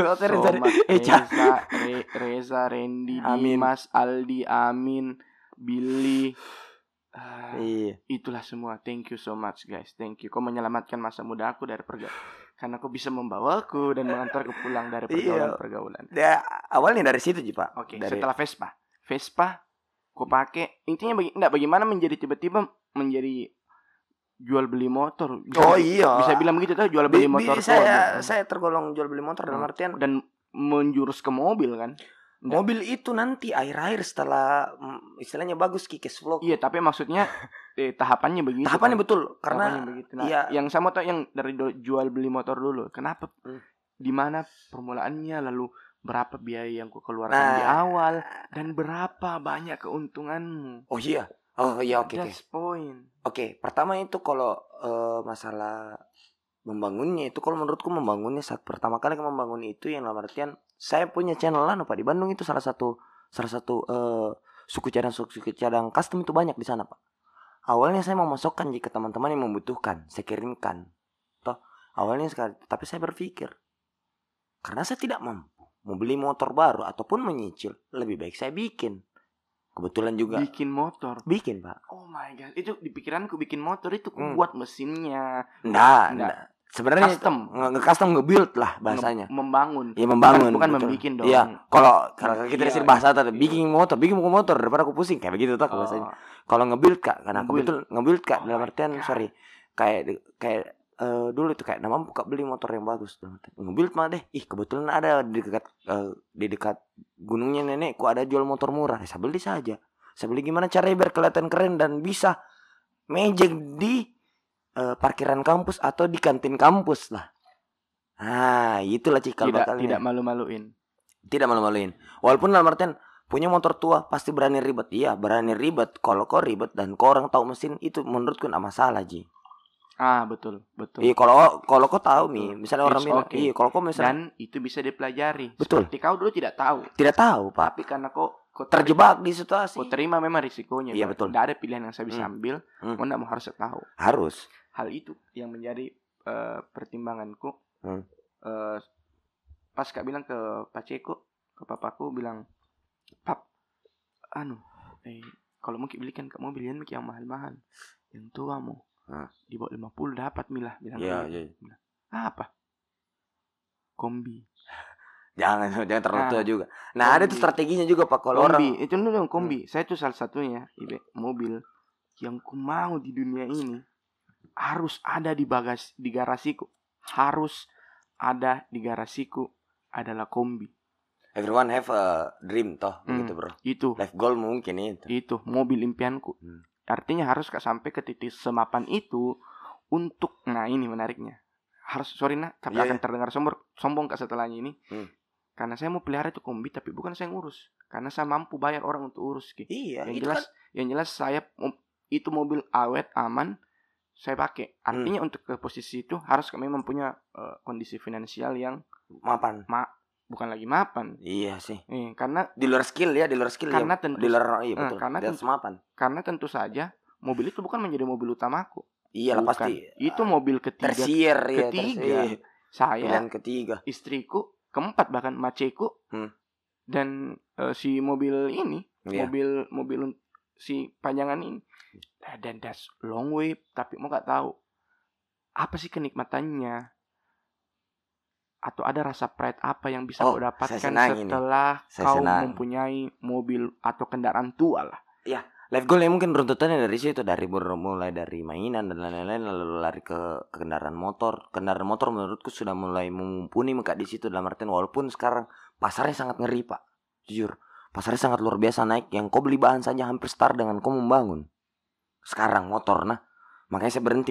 Reza, Randy, Dimas, Aldi, Amin, Billy. Itulah semua. Thank you so much guys. Thank you. Kau menyelamatkan masa muda aku dari pergaulan. Karena kau bisa membawaku dan mengantarku pulang dari pergaulan. Ya, awalnya dari situ Ji, Pak. Oke, setelah Vespa kau pakai. Intinya bagaimana menjadi tiba-tiba menjadi jual beli motor. Bisa bilang begitu tuh, jual beli motor. Saya tergolong jual beli motor dalam artian dan menjurus ke mobil kan. Mobil itu nanti akhir-akhir setelah istilahnya bagus cash flow. Iya, tapi maksudnya tahapannya begitu. Tahapannya betul karena begitu. Nah, yang saya mau tahu yang dari jual beli motor dulu. Kenapa? Di mana permulaannya, lalu berapa biaya yang kau keluarkan di awal dan berapa banyak keuntunganmu? Oh iya, oke. That's point. Oke, pertama itu kalau masalah membangunnya itu, kalau menurutku membangunnya saat pertama kali membangun itu yang dalam artian saya punya channel Pak di Bandung itu salah satu suku cadang custom itu banyak di sana Pak. Awalnya saya mau masukkan jika teman-teman yang membutuhkan, saya kirimkan. Toh awalnya sekali, tapi saya berpikir karena saya tidak mampu mau beli motor baru ataupun menyicil, lebih baik saya bikin. Kebetulan juga bikin motor. Bikin Pak. Oh my god, itu di pikiranku bikin motor itu buat mesinnya. Enggak. Sebenarnya custom nge-build lah bahasanya. Membangun. Iya membangun. Bukan membikin dong. Iya. Kalau kita disini bahasa tadi bikin motor daripada aku pusing kayak begitu tuh bahasanya. Kalau nge-build Kak, karena aku betul nge-build Kak dalam artian kayak dulu itu kayak mampu Kak beli motor yang bagus. Nge-build mah deh. Kebetulan ada di dekat gunungnya nenekku ada jual motor murah. Saya beli saja. Saya beli gimana caranya biar kelihatan keren dan bisa mejeng di parkiran kampus atau di kantin kampus lah. Itulah cikal bakalnya. Tidak malu-maluin. Tidak malu-maluin. Walaupun dalam artian punya motor tua pasti berani ribet. Iya, berani ribet. Kalau kau ribet dan kau orang tahu mesin itu menurutku enggak masalah, Ji. Betul. Iya, kalau kau tahu nih, misalnya orang bilang, kalau kau misalnya dan itu bisa dipelajari. Betul. Seperti kau dulu tidak tahu. Tidak tahu, Pak. Tapi karena kau terjebak di situasi. Kau terima memang risikonya. Iya, betul. Tidak ada pilihan yang saya bisa ambil. Kau tidak mau harus tahu. Harus. Hal itu yang menjadi pertimbanganku. Pas Kak bilang ke Pak Ceko, ke papaku bilang, Pap, kalau mau belikan ke mobil yang mahal-mahal, yang tua mau di bawah 50 dapat milah bilang. Iya. Apa? Kombi. Jangan terlalu tua juga. Nah, kombi. Ada tuh strateginya juga Pak kalau orang. Itu dong kombi. Saya tuh salah satunya mobil yang ku mau di dunia ini harus ada di garasiku. Harus ada di garasiku adalah kombi. Everyone have a dream toh begitu bro. Itu. Life goal mungkin itu. Itu mobil impianku. Artinya harus sampai ke titik semapan itu untuk. Nah ini menariknya. Harus tapi akan terdengar sombong Kak setelahnya ini. Karena saya mau pelihara itu kombi tapi bukan saya ngurus. Karena saya mampu bayar orang untuk urus. Iya. Yang jelas saya itu mobil awet aman. Saya pakai. Artinya untuk ke posisi itu harus kami mempunyai kondisi finansial yang mapan. bukan lagi mapan. Iya sih. Karena di luar skill karena tentu, di luar betul. Karena mapan. Karena tentu saja mobil itu bukan menjadi mobil utamaku. Iya lah pasti. Itu mobil ketiga. Tersier, ketiga. Saya, pilihan ketiga. Istriku, keempat bahkan maceku. Dan si mobil ini, mobil si panjangan ini. Dan that's long way, tapi mau nggak tahu apa sih kenikmatannya? Atau ada rasa pride apa yang bisa kau dapatkan setelah kau mempunyai mobil atau kendaraan tua lah? Ya, life goal mungkin runtutannya dari situ, mulai dari mainan dan lain-lain, lalu lari ke kendaraan motor. Kendaraan motor menurutku sudah mulai mumpuni muka di situ, dalam artian walaupun sekarang pasarnya sangat ngeri Pak, jujur pasarnya sangat luar biasa naik. Yang kau beli bahan saja hampir setara dengan kau membangun. Sekarang motor, nah makanya saya berhenti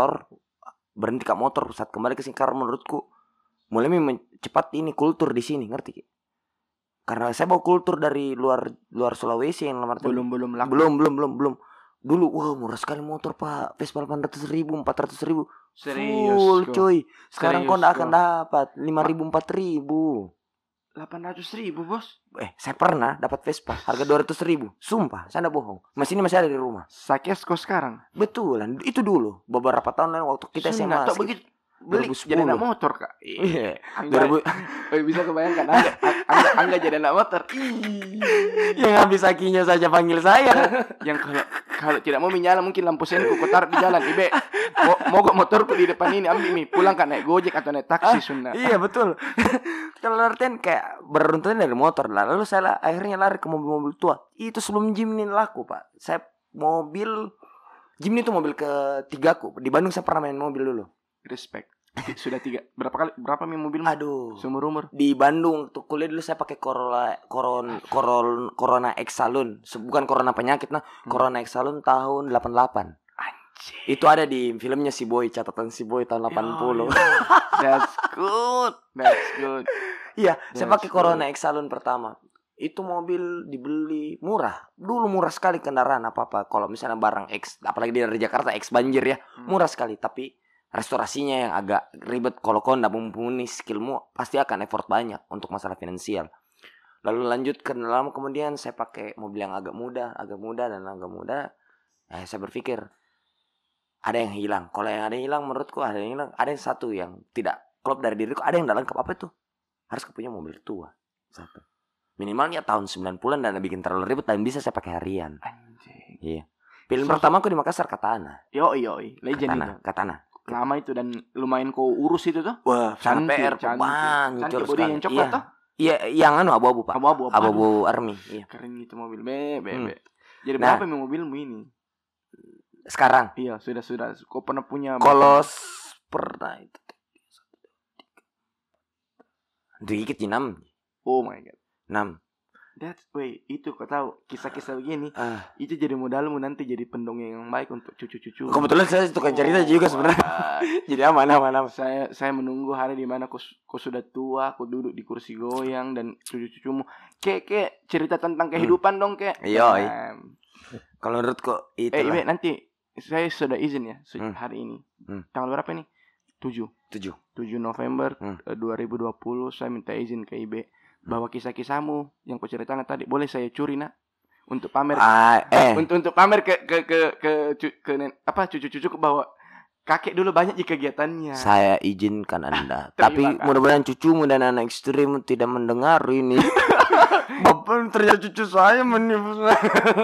ke motor saat kembali ke sini, karena menurutku mulai cepat ini kultur di sini, ngerti? Karena saya bawa kultur dari luar Sulawesi yang belum laku. Belum. Dulu wah murah sekali motor Pak, Vespa 800.000, 400.000. Serius full coy. Sekarang kau nggak akan dapat 5.000, 4.000. 800.000 bos. Saya pernah dapat Vespa harga 200.000. Sumpah, saya nggak bohong. Ini masih ada di rumah. Sakes kok sekarang. Betulan, itu dulu beberapa tahun lalu waktu kita SMA. Begitu beli 2010. Jadi anak motor Kak. Iya. Bisa kebayangkan Angga jadi anak motor. Yang habis akinya saja panggil saya. Yang kalau tidak mau menyala mungkin lampu senku taruh di jalan. Ibe, mogok motorku di depan ini, ambil nih, pulang kan naik Gojek atau naik taksi Sunda. Iya betul. Kalau artian kayak beruntun dari motor lah. Lalu saya akhirnya lari ke mobil-mobil tua. Itu sebelum Jimny laku Pak. Saya Jimny itu mobil ketigaku. Di Bandung saya pernah main mobil dulu. Respect. Sudah 3. Berapa mobil? Aduh. Seumur umur. Di Bandung tuh kuliah dulu saya pakai Corona Exalun. Bukan Corona penyakit Corona Exalun tahun 88. Anjir. Itu ada di filmnya Si Boy, catatan Si Boy tahun 80. That's good. Iya, saya pakai Corona Exalun pertama. Itu mobil dibeli murah. Dulu murah sekali kendaraan apa-apa. Kalau misalnya barang X, apalagi dari Jakarta X banjir ya, murah sekali. Tapi restorasinya yang agak ribet. Kalau kau tidak mumpuni skillmu, pasti akan effort banyak untuk masalah finansial. Lalu lanjut ke dalam, kemudian saya pakai mobil yang agak muda. Saya berpikir ada yang hilang. Kalau yang ada yang hilang, menurutku ada yang hilang. Ada yang satu yang tidak klop dari diriku. Ada yang tidak lengkap. Apa itu? Harus punya mobil tua. Satu. Minimalnya tahun 90-an dan bikin terlalu ribet. Dan bisa saya pakai harian. Anjing. Iya. Film pertama aku di Makassar, Katana. Yoi. Legend Katana. Lama itu dan lumayan kau urus itu tuh. Wah, cantik. Cantik bodi yang coklat tuh. Iya, yang abu-abu Pak. Abu-abu army. Iya. Keren itu mobil. Jadi berapa mobilmu ini? Sekarang? Iya, sudah. Kau pernah punya? Kolos pernah itu. Dikit 6. Oh my god. 6. Itu kau tahu kisah-kisah begini itu jadi modalmu nanti jadi pendongeng yang baik untuk cucu-cucu. Kebetulan saya tukang cerita juga sebenarnya. Jadi aman. Saya menunggu hari di mana kau sudah tua, kau duduk di kursi goyang dan cucu-cucumu kayak cerita tentang kehidupan dong kayak. Iya. Kalau menurutku itu. Ibe, nanti saya sudah izin ya hari ini. Tanggal berapa nih? 7 November 2020 saya minta izin ke Ibe bahwa kisah-kisahmu yang kau ceritakan tadi boleh saya curi untuk pamer untuk pamer ke cucu-cucuku bahwa kakek dulu banyak di kegiatannya. Saya izinkan Anda. Tapi mudah-mudahan cucumu dan anak istrimu tidak mendengar ini. Bapak ternyata cucu saya menipu saya.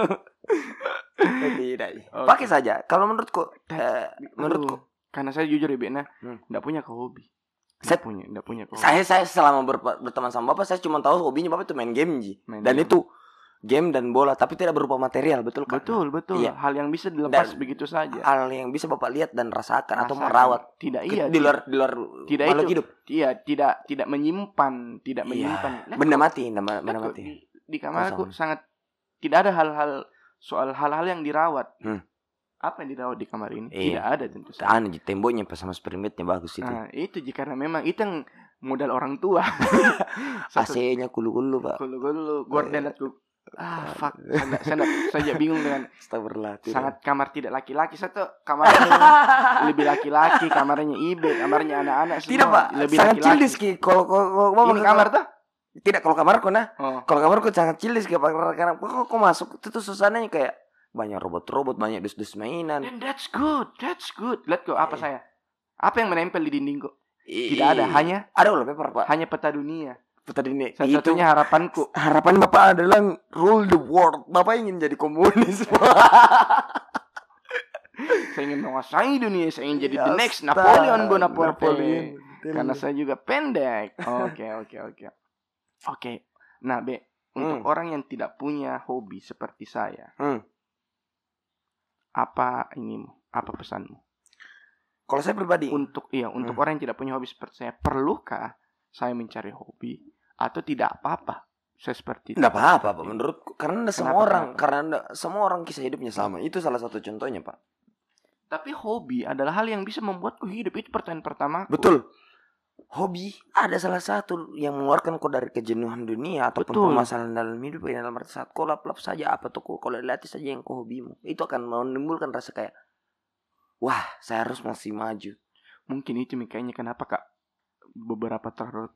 Tidak. Pakai saja. Kalau menurutku karena saya jujur Ibe enggak punya hobi. Saya enggak punya hobi. Saya selama berteman sama Bapak saya cuma tahu hobinya Bapak itu main game itu game dan bola tapi tidak berupa material, betul kan? Betul. Iya. Hal yang bisa dilepas begitu saja. Hal yang bisa Bapak lihat dan rasakan atau merawat. Tidak di luar tidak itu hidup. Iya, tidak menyimpan. Benda mati. Di kamarku sangat tidak ada hal-hal yang dirawat. Apa yang dirawat di kamar ini? Tidak ada tentu saja. Temboknya pas sama springmatnya bagus itu. Itu karena memang itu yang modal orang tua. AC-nya kulu-kulu Pak. Kulu-kulu. Gorden fuck. Saya bingung dengan sangat kamar tidak laki-laki. Satu kamarnya lebih laki-laki, kamarnya Ibe, kamarnya anak-anak semua. Tidak Pak. Lebih sangat laki-laki. Cildis kalau ini kamar tuh Tidak, kalau kamarku kalau kamarku sangat chill karena kok masuk itu tuh suasananya kayak banyak robot-robot, banyak dus-dus mainan. And that's good. Lihat kok apa saya? Apa yang menempel di dinding kok? Tidak ada, hanya ada wallpaper, Pak. Hanya peta dunia. Satu-satunya harapanku. Harapan Bapak adalah rule the world. Bapak ingin jadi komunis. Saya ingin menguasai dunia. Saya ingin jadi the next Napoleon Bonaparte. Karena saya juga pendek. Oke. Nah, untuk orang yang tidak punya hobi seperti saya, apa pesanmu? Kalau saya pribadi, untuk orang yang tidak punya hobi seperti saya, perlukah saya mencari hobi atau tidak apa-apa? Saya seperti itu. Tidak apa-apa, Pak. Menurutku, karena semua orang kisah hidupnya sama. Itu salah satu contohnya, Pak. Tapi hobi adalah hal yang bisa membuatku hidup. Itu pertanyaan pertama. Betul. Hobi ada salah satu yang mengeluarkan kau dari kejenuhan dunia ataupun permasalahan dalam hidup. Dalam arti saat kau lap-lap saja apa tuh, kalau latih saja yang kau hobimu, itu akan menimbulkan rasa kayak, wah, saya harus masih maju. Mungkin itu makanya kenapa Kak beberapa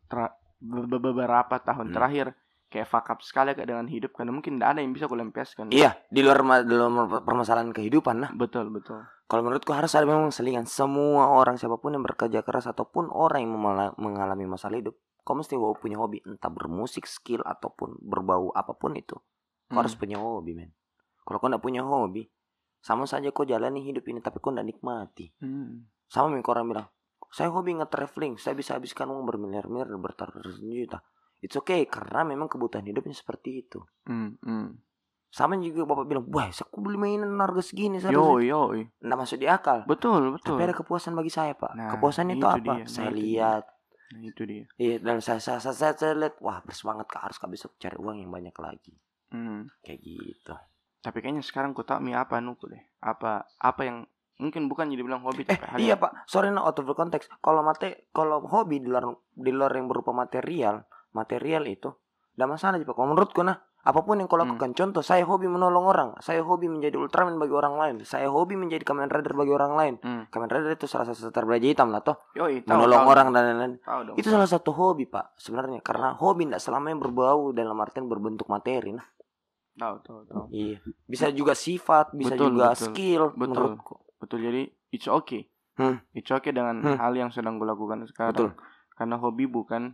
tahun terakhir kayak fuck up sekali Kak dengan hidup, karena mungkin tidak ada yang bisa aku lampiaskan. Iya, di luar permasalahan kehidupan lah. Betul. Kalau menurutku harus ada memang selingan. Semua orang, siapapun yang bekerja keras ataupun orang yang mengalami masalah hidup, kau mesti punya hobi, entah bermusik, skill ataupun berbau apapun itu. Kau harus punya hobi, men. Kalau kau tidak punya hobi, sama saja kau jalani hidup ini tapi kau tidak nikmati. Sama yang orang bilang, saya hobi nge-traveling, saya bisa habiskan uang bermiliar-miliar, berjuta. It's okay, karena memang kebutuhan hidupnya seperti itu. Sama juga bapak bilang, wah, aku beli mainan harga segini. Yoi. Nggak masuk di akal. Betul. Tapi ada kepuasan bagi saya, Pak. Kepuasan itu apa? Saya lihat. Nah, itu dia. Iya, dan saya lihat, wah, bersemangat Kak, harus Kak besok cari uang yang banyak lagi. Kayak gitu. Tapi kayaknya sekarang ku tahu apa nuku deh. Apa yang mungkin bukan jadi bilang hobi. Iya Pak, sorry out of the context. Kalau hobi di luar yang berupa material itu tidak masalah Pak. Kalau menurutku apapun yang kau lakukan, contoh saya hobi menolong orang, saya hobi menjadi Ultraman bagi orang lain, saya hobi menjadi Kamen Rider bagi orang lain. Kamen Rider itu salah satu setar belajar hitam lah toh. Menolong orang dan lain-lain. Itu salah satu hobi Pak sebenarnya, karena hobi tidak selamanya berbau dalam artian berbentuk materi. Tahu. Iya. Bisa juga sifat, bisa juga skill. Menurutku. Betul. Jadi it's okay. It's okay dengan hal yang sedang gue lakukan sekarang. Betul. Karena hobi bukan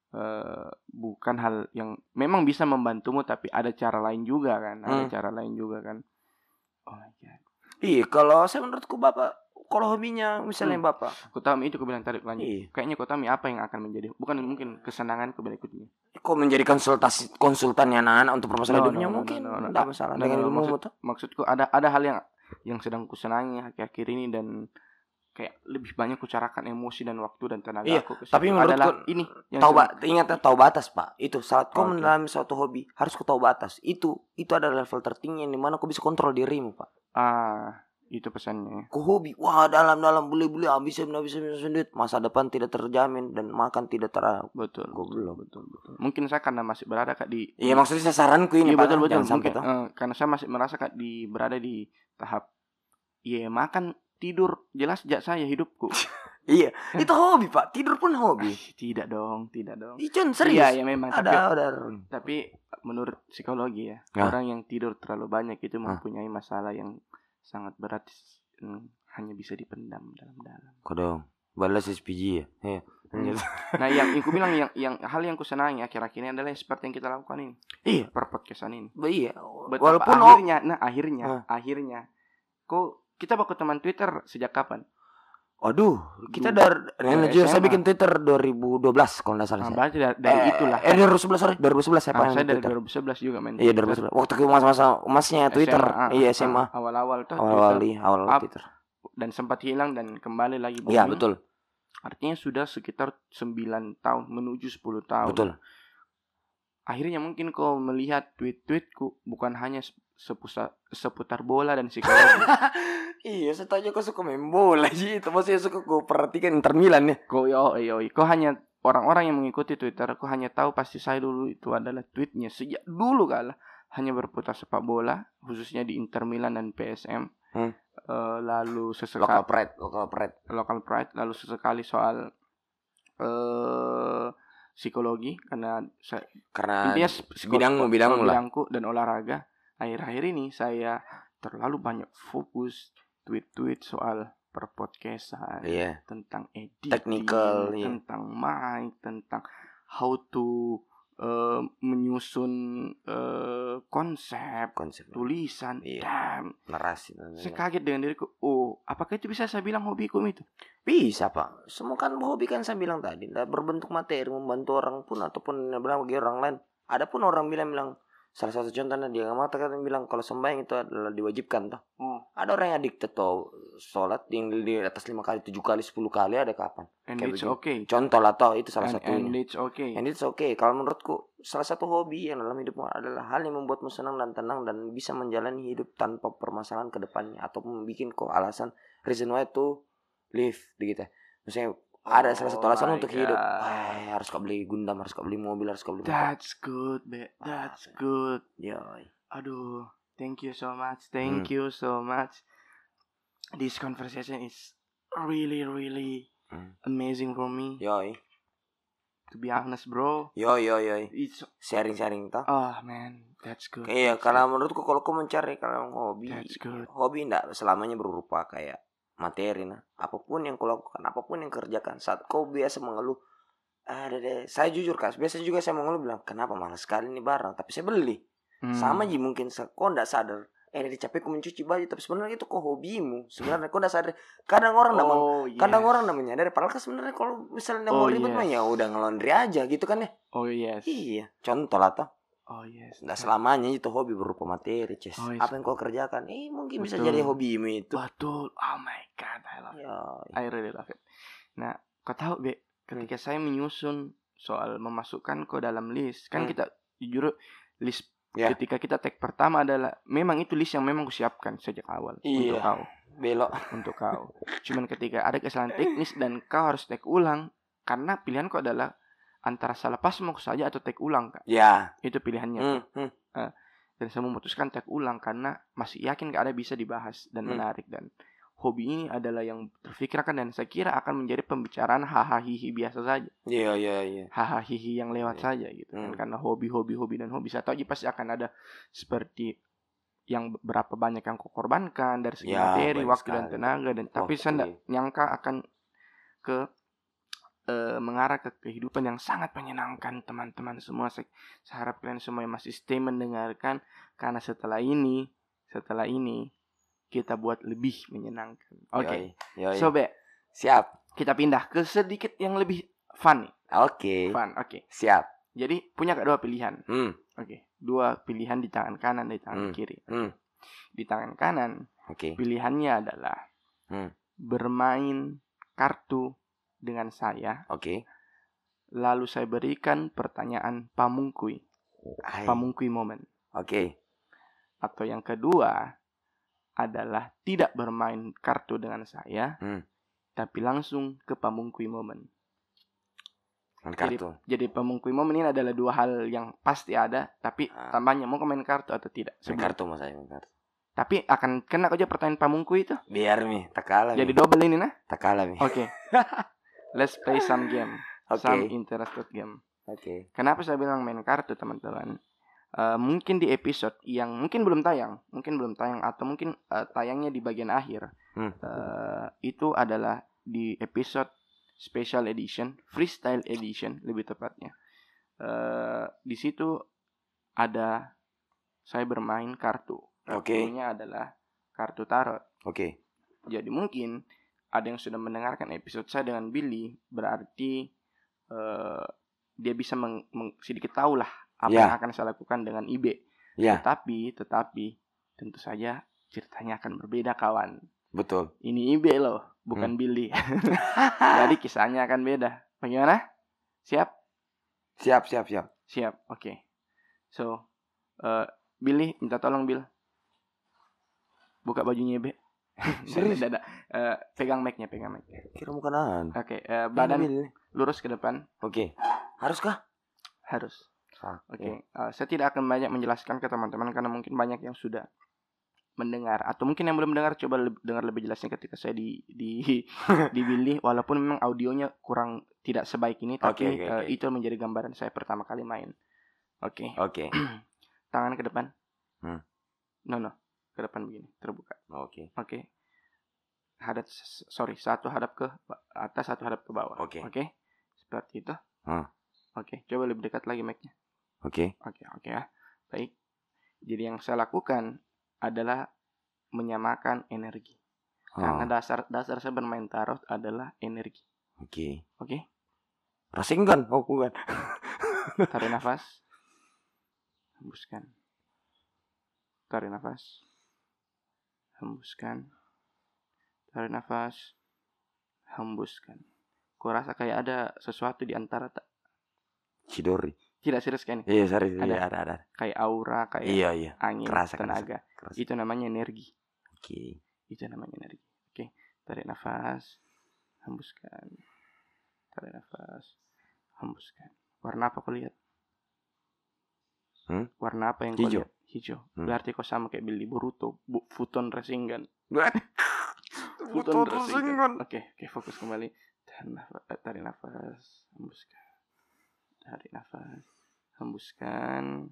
hal yang memang bisa membantumu, tapi ada cara lain juga kan. Oh my god. Iya, kalau saya menurutku Bapak, kalau hobinya misalnya Bapak, Kotami itu aku bilang tadi lanjut. Kayaknya Kotami apa yang akan menjadi, bukan mungkin kesenangan berikutnya. Kok menjadi konsultannya anak-anak untuk permasalahan hidupnya mungkin tidak masalah dengan ilmu tuh. Maksudku ada hal yang sedang kusenangi akhir-akhir ini, dan kayak lebih banyak kucarakan emosi dan waktu dan tenaga aku. Tapi menurutku ini ingat tahu batas Pak. Itu saat kau mendalami suatu hobi harus kau tahu batas. Itu adalah level tertinggi yang dimana kau bisa kontrol dirimu Pak. Itu pesannya. Kau hobi, wah dalam beli habisin duit, masa depan tidak terjamin dan makan tidak betul. Mungkin saya karena masih berada Kak di. Iya maksudnya sasaranku ini Pak. Betul. Mungkin karena saya masih merasa Kak berada di tahap makan tidur jelas sejak saya hidupku. Iya, itu hobi Pak. Tidur pun hobi. Tidak dong. Icun serius. Iya memang. Tapi menurut psikologi orang yang tidur terlalu banyak itu mempunyai masalah yang sangat berat, hanya bisa dipendam dalam-dalam. Kodong, balas SPG ya. Nah, yang aku bilang yang hal yang kusenangi akhir-akhir ini adalah seperti yang kita lakukan ini. Iya, per podcastan ini. Iya. Walaupun akhirnya, kok kita baku teman Twitter sejak kapan? Waduh, kita saya bikin Twitter 2012 kalau nggak salah. Berarti dari itulah. 2011 saya saya dari 2011 juga main. Iya 2011. Waktu ke emasnya Twitter. Iya SMA. Awal-awal tuh. Awal Twitter. Dan sempat hilang dan kembali lagi. Iya betul. Artinya sudah sekitar 9 tahun menuju 10 tahun. Betul. Akhirnya mungkin kau melihat tweet-tweetku bukan hanya seputar bola dan psikologi. Iya, saya tanya kau suka main bola sih. Itu maksudnya suka kau perhatikan Inter Milan ya. Kau hanya orang-orang yang mengikuti Twitter. Kau hanya tahu pasti saya dulu itu adalah tweetnya sejak dulu kalah hanya berputar sepak bola, khususnya di Inter Milan dan PSM. Lalu sesekali local pride. Lalu sesekali soal psikologi karena intinya bidangku dan olahraga. Akhir-akhir ini saya terlalu banyak fokus tweet soal perpodcastan, tentang editing, technical, tentang mic, tentang how to menyusun konsep tulisan, narasi. Saya kaget dengan diriku. Oh, apakah itu bisa saya bilang hobiku itu? Bisa, Pak. Semua kan hobi kan saya bilang tadi, berbentuk materi, membantu orang pun ataupun bagi orang lain. Ada pun orang bilang salah satu contohnya dia nggak kan bilang kalau sembahyang itu adalah diwajibkan toh. Ada orang yang addicted toh sholat di atas 5 kali, 7 kali, 10 kali ada kapan? And it's okay. Contoh lah toh itu salah satunya. And it's okay. And it's okay. Kalau menurutku salah satu hobi yang dalam hidupmu adalah hal yang membuatmu senang dan tenang dan bisa menjalani hidup tanpa permasalahan ke depannya atau membuat kok alasan reason why to live gitu. Maksudnya ada salah satu alasan untuk hidup. Harus kau beli Gundam, harus kau beli mobil, harus kau beli motor. That's good, that's good. Yoi. Aduh, thank you so much. Thank you so much. This conversation is really amazing for me. Yoi. To be honest, bro. Yoi. It's sharing toh. Oh man, that's good. Iya, karena menurutku kalau kau mencari hobi, that's good. Hobi enggak selamanya berupa kayak materi apapun yang kau lakukan, apapun yang kerjakan, saat kau biasa mengeluh, saya jujur Kak, biasanya juga saya mengeluh bilang kenapa malas sekali nih barang, tapi saya beli. Sama aja mungkin kau enggak sadar, dia capek kau mencuci baju, tapi sebenarnya itu kok hobimu. Sebenarnya kau enggak sadar. Kadang orang orang enggak menyadari, padahal kan sebenarnya kalau misalnya mau ribet mah ya udah ngelondri aja gitu kan ya. Oh yes. Iya, contoh lah toh. Oh yes. Nggak selamanya itu hobi berupa materi, Ces. Oh, yes. Apa yang kau kerjakan, mungkin bisa jadi hobimu itu. Betul. Oh my god, I love it. I really love it. Nah, kau tahu ketika saya menyusun soal memasukkan ke dalam list, kan kita jujur list ketika kita tag pertama adalah memang itu list yang memang kusiapkan sejak awal untuk kau. Belok untuk kau. Cuman ketika ada kesalahan teknis dan kau harus tag ulang karena pilihan kau adalah antara salah pasmok saja atau tag ulang, Kak. Ya. Itu pilihannya. Dan saya memutuskan tag ulang karena masih yakin gak ada bisa dibahas dan menarik. Dan hobi ini adalah yang terfikirkan dan saya kira akan menjadi pembicaraan hahaha biasa saja. Iya. Hahaha yang lewat saja gitu kan. Karena hobi dan hobi saya tahu pasti akan ada seperti yang berapa banyak yang kau korbankan dari segi materi, waktu sekali. Dan tenaga dan tapi saya tidak nyangka akan mengarah ke kehidupan yang sangat menyenangkan teman-teman semua. Saya harap kalian semua yang masih stay mendengarkan karena setelah ini kita buat lebih menyenangkan. Oke. So siap. Kita pindah ke sedikit yang lebih fun. Fun. Oke. Siap. Jadi punya dua pilihan. Dua pilihan di tangan kanan dan di tangan kiri. Di tangan kanan, pilihannya adalah bermain kartu dengan saya. Lalu saya berikan pertanyaan pamungkui moment. Atau yang kedua adalah tidak bermain kartu dengan saya, tapi langsung ke pamungkui moment. Jadi pamungkui moment ini adalah dua hal yang pasti ada, tapi tambahnya mau main kartu atau tidak. Main kartu mas saya main kartu. Tapi akan kena aja pertanyaan pamungkui itu. Biar tak kalah. Jadi double ini Tak kalah Oke. Let's play some game. Some interested game. Kenapa saya bilang main kartu, teman-teman? Mungkin di episode yang mungkin belum tayang atau mungkin tayangnya di bagian akhir. Itu adalah di episode special edition, freestyle edition lebih tepatnya. Di situ ada saya bermain kartu. Kartunya adalah kartu tarot. Jadi mungkin ada yang sudah mendengarkan episode saya dengan Billy, berarti dia bisa sedikit tahu lah apa yang akan saya lakukan dengan Ibe. Tetapi tentu saja ceritanya akan berbeda, kawan. Betul. Ini Ibe loh, bukan Billy. Jadi kisahnya akan beda. Bagaimana? Siap. Oke. So, Billy, minta tolong Bill. Buka bajunya Ibe. Serius? Pegang mic-nya. Kira bukan. Badan lurus ke depan. Haruskah? Harus. Saya tidak akan banyak menjelaskan ke teman-teman karena mungkin banyak yang sudah mendengar atau mungkin yang belum mendengar, coba dengar lebih jelasnya ketika saya di Billy, walaupun memang audionya kurang tidak sebaik ini, tapi itu menjadi gambaran saya pertama kali main. Oke. Tangan ke depan. No, ke depan begini, terbuka. Oke. Satu hadap ke atas, satu hadap ke bawah. Oke. Seperti itu. Oke, coba lebih dekat lagi mic-nya. Oke ya. Baik. Jadi yang saya lakukan adalah menyamakan energi. Karena dasar saya bermain tarot adalah energi. Oke. Rasakan, bukan. Tarik nafas. Hembuskan. Tarik nafas. Hembuskan. Tarik nafas. Hembuskan. Ku rasa kayak ada sesuatu di antara Chidori. Tidak serius kan? Iya, serius. Ada. Kayak aura, kayak angin, kerasa, tenaga. Kerasa. Itu namanya energi. Oke. Itu namanya energi. Oke. Tarik nafas. Hembuskan. Tarik nafas. Hembuskan. Warna apa kau lihat? Warna apa yang kau lihat? Hijau. Berarti kau sama kayak Billy Boruto, Futon Rasengan. Futon Rasengan. Oke, fokus kembali. Tarik nafas. Hembuskan. Tarik nafas. Hembuskan.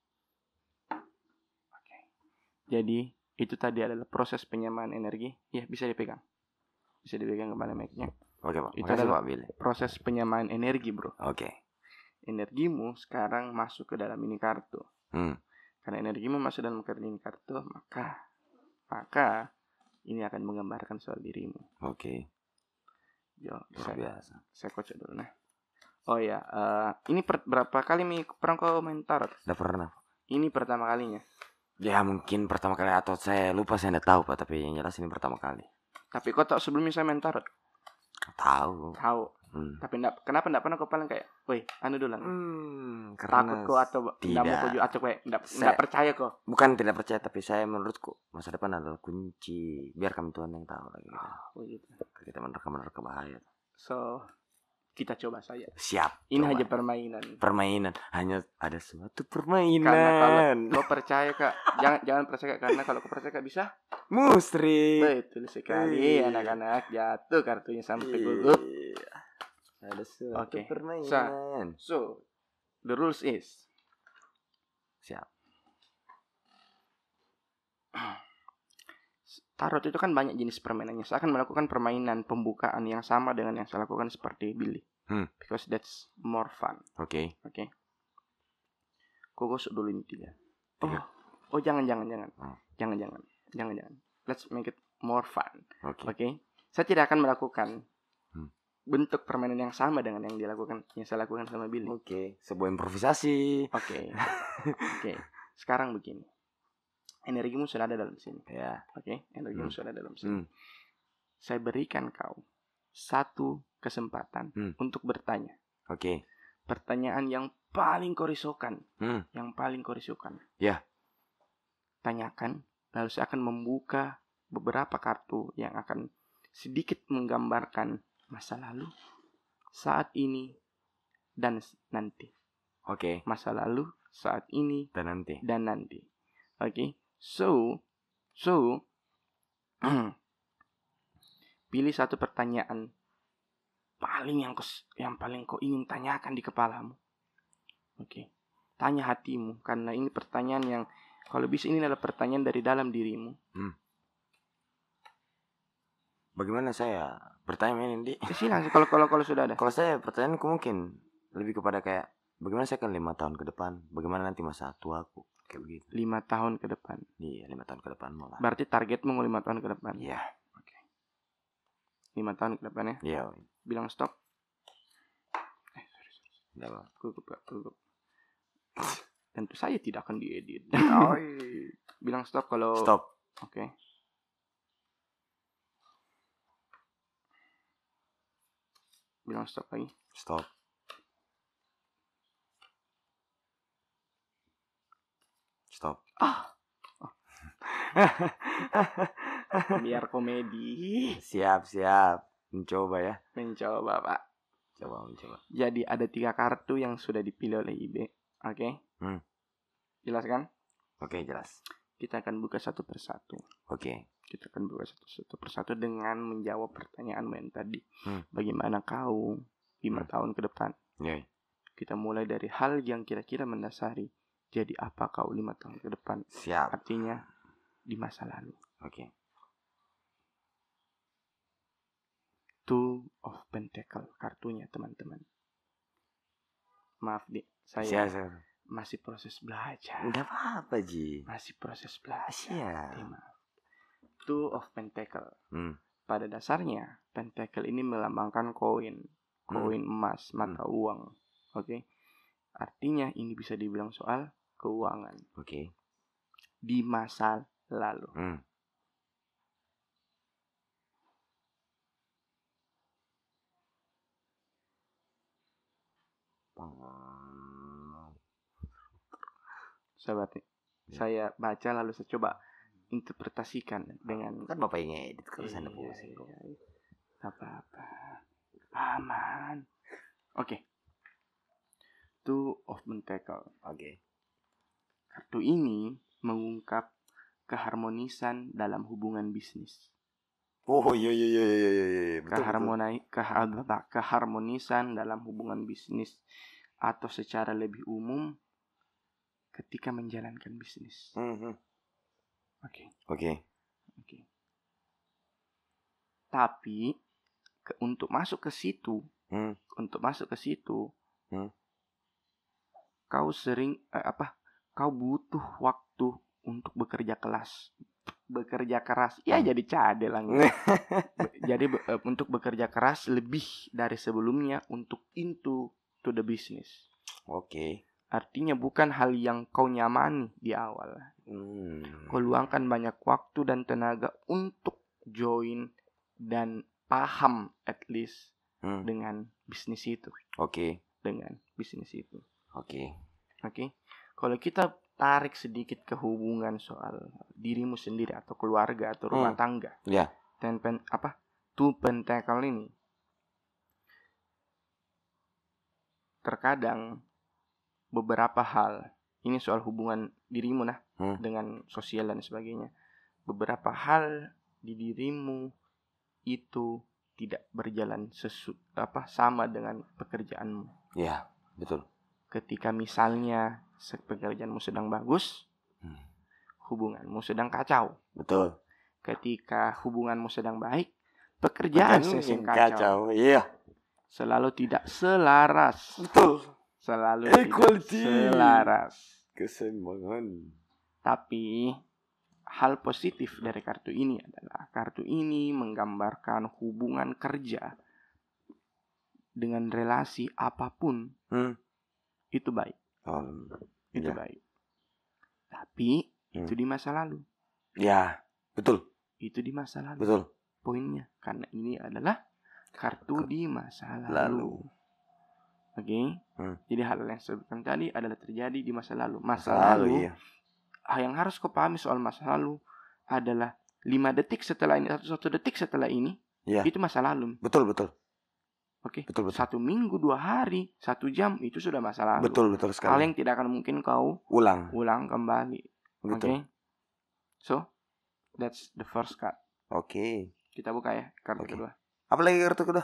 Oke. Jadi itu tadi adalah proses penyamaan energi. Ya, bisa dipegang kembali mic-nya. Oke, Pak. Itu adalah proses penyamaan energi, bro. Oke. Energimu sekarang masuk ke dalam ini kartu. Karena energimu masuk dalam ini kartu, maka ini akan menggambarkan soal dirimu. Oke. Biasa. Saya kocok dulu nah. Oh ya, ini berapa kali pernah kau main tarot? Udah pernah. Ini pertama kalinya. Ya mungkin pertama kali atau saya lupa, saya tidak tahu Pak, tapi yang jelas ini pertama kali. Tapi kau tahu sebelumnya saya main tarot? Tahu. Tapi kenapa enggak pernah kau paling kayak, "Woi, anu dulu." Takut kok atau tidak mau kau atau kayak enggak percaya kok? Bukan tidak percaya, tapi saya menurutku masa depan adalah kunci. Biar kami Tuhan yang tahu lagi. Gitu. Kita menerka bahaya. So, kita coba saja. Siap. Ini coba. Hanya permainan. Hanya ada suatu permainan. Karena kalau kau percaya Kak, jangan percaya karena kalau kau percaya Kak bisa musrik. Betul sekali. Anak-anak jatuh kartunya sampai gugup. Ada suatu permainan. So, the rules is. Siap. Tarot itu kan banyak jenis permainannya. Saya akan melakukan permainan pembukaan yang sama dengan yang saya lakukan seperti Billy. Because that's more fun. Oke. Kau gosok dulu ini 3. Oh jangan. Jangan. Let's make it more fun. Oke. Saya tidak akan melakukan bentuk permainan yang sama dengan yang saya lakukan sama Billy. Oke. Sebuah improvisasi. Oke. Sekarang begini. Energimu sudah ada dalam sini. Ya. Energimu sudah ada dalam sini. Saya berikan kau satu kesempatan untuk bertanya. Oke. Pertanyaan yang paling kau risaukan. Ya. Tanyakan, lalu saya akan membuka beberapa kartu yang akan sedikit menggambarkan masa lalu, saat ini, dan nanti. Oke. Masa lalu, saat ini, dan nanti. Oke. So, pilih satu pertanyaan yang paling kau ingin tanyakan di kepalamu. Oke. Tanya hatimu, karena ini pertanyaan yang kalau bisa ini adalah pertanyaan dari dalam dirimu. Bagaimana saya bertanya ini? Silakan kalau sudah ada. Kalau saya pertanyaanku mungkin lebih kepada kayak bagaimana saya akan 5 tahun ke depan, bagaimana nanti masa tuaku. Kayak begitu. 5 tahun ke depan. Iya, 5 tahun ke depan malah. Berarti targetmu 5 tahun ke depan. Iya. Oke. 5 tahun ke depan ya. Iya. Bilang stop. Sorry. Enggak. Gugup. Tentu saja tidak akan diedit. Bilang stop kalau stop. Oke. Bilang stop lagi. Stop. Biar komedi. Siap. Mencoba ya. Mencoba, Pak. Mencoba. Jadi ada 3 kartu yang sudah dipilih oleh Ibe. Oke. Jelas kan? Oke, jelas. Kita akan buka satu persatu. Oke. Kita akan buka satu persatu dengan menjawab pertanyaan yang tadi. Bagaimana kau 5 tahun ke depan. Yeah. Kita mulai dari hal yang kira-kira mendasari. Jadi apa kau 5 tahun ke depan? Siap. Artinya di masa lalu. Oke. Two of Pentacle kartunya teman-teman. Maaf Dik, saya masih proses belajar. Enggak apa-apa Ji. Masih proses belajar. Siap. Maaf. Two of Pentacle. Pada dasarnya pentacle ini melambangkan koin emas, mata uang. Oke. Artinya ini bisa dibilang soal keuangan. Oke. Di masa lalu. Sahabat, saya baca lalu saya coba interpretasikan dengan kan Bapak yang edit kalau saya pusing. Apa-apa. Aman. Oke. Two of Pentacle. Oke. Kartu ini mengungkap keharmonisan dalam hubungan bisnis. Oh iya. Keharmonisan dalam hubungan bisnis atau secara lebih umum ketika menjalankan bisnis. Oke. Tapi untuk masuk ke situ, kau sering kau butuh waktu untuk bekerja keras. Jadi cadel lah. Jadi untuk bekerja keras lebih dari sebelumnya untuk into to the business. Oke. Artinya bukan hal yang kau nyamani di awal. Kau luangkan banyak waktu dan tenaga untuk join dan paham at least dengan bisnis itu. Oke. Dengan bisnis itu. Oke. Kalau kita tarik sedikit ke hubungan soal dirimu sendiri atau keluarga atau rumah tangga. Ya. Two Pentacle ini terkadang beberapa hal, ini soal hubungan dirimu dengan sosial dan sebagainya. Beberapa hal di dirimu itu tidak berjalan sama dengan pekerjaanmu. Ya, betul. Ketika misalnya pekerjaanmu sedang bagus, hubunganmu sedang kacau. Betul. Ketika hubunganmu sedang baik, pekerjaan sedang kacau. Iya. Selalu tidak selaras. Betul. Selalu equality. Tidak selaras. Keseimbangan. Tapi hal positif dari kartu ini adalah kartu ini menggambarkan hubungan kerja dengan relasi apapun. Itu baik. Itu baik. Tapi itu di masa lalu. Ya, betul. Itu di masa lalu. Betul. Poinnya karena ini adalah kartu di masa lalu. Oke. Jadi hal yang sebutkan tadi adalah terjadi di masa lalu. Masa lalu. Iya. Yang harus kau pahami soal masa lalu adalah 5 detik setelah ini, 1 detik setelah ini, itu masa lalu. Betul. Oke. Betul. 1 minggu, 2 hari, 1 jam itu sudah masa lalu. Betul sekali. Hal yang tidak akan mungkin kau ulang kembali. Oke. So, that's the first card. Oke. Kita buka ya kartu kedua. Apa lagi kartu kedua?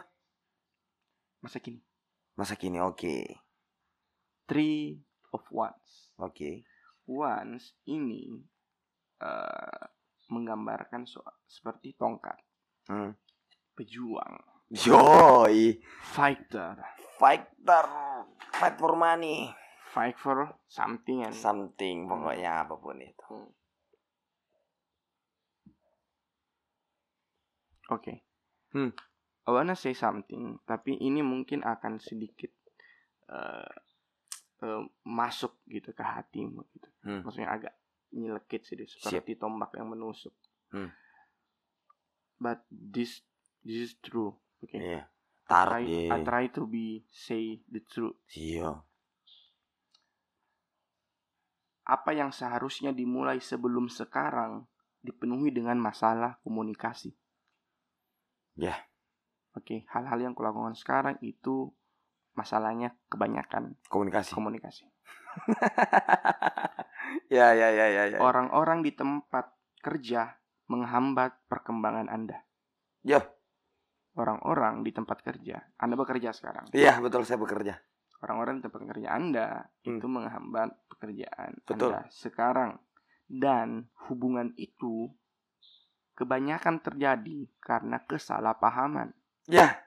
Masa kini, oke. Three of Wands. Oke. Wands ini menggambarkan seperti tongkat. Pejuang. Yoi. Fighter. Fight for money. Fight for something. Something, pokoknya apapun itu. Oke. I wanna say something, tapi ini mungkin akan sedikit masuk gitu ke hatimu gitu. Maksudnya agak nyelekit sedikit seperti tombak yang menusuk. But this is true. Okay. Yeah. I try to say the truth. Iya. Apa yang seharusnya dimulai sebelum sekarang dipenuhi dengan masalah komunikasi. Ya. Oke, hal-hal yang kulakukan sekarang itu masalahnya kebanyakan komunikasi. Ya. Orang-orang di tempat kerja menghambat perkembangan Anda. Ya. orang-orang di tempat kerja. Anda bekerja sekarang. Iya, betul, saya bekerja. Orang-orang di tempat kerja Anda itu menghambat pekerjaan betul. Anda sekarang. Dan hubungan itu kebanyakan terjadi karena kesalahpahaman. Ya.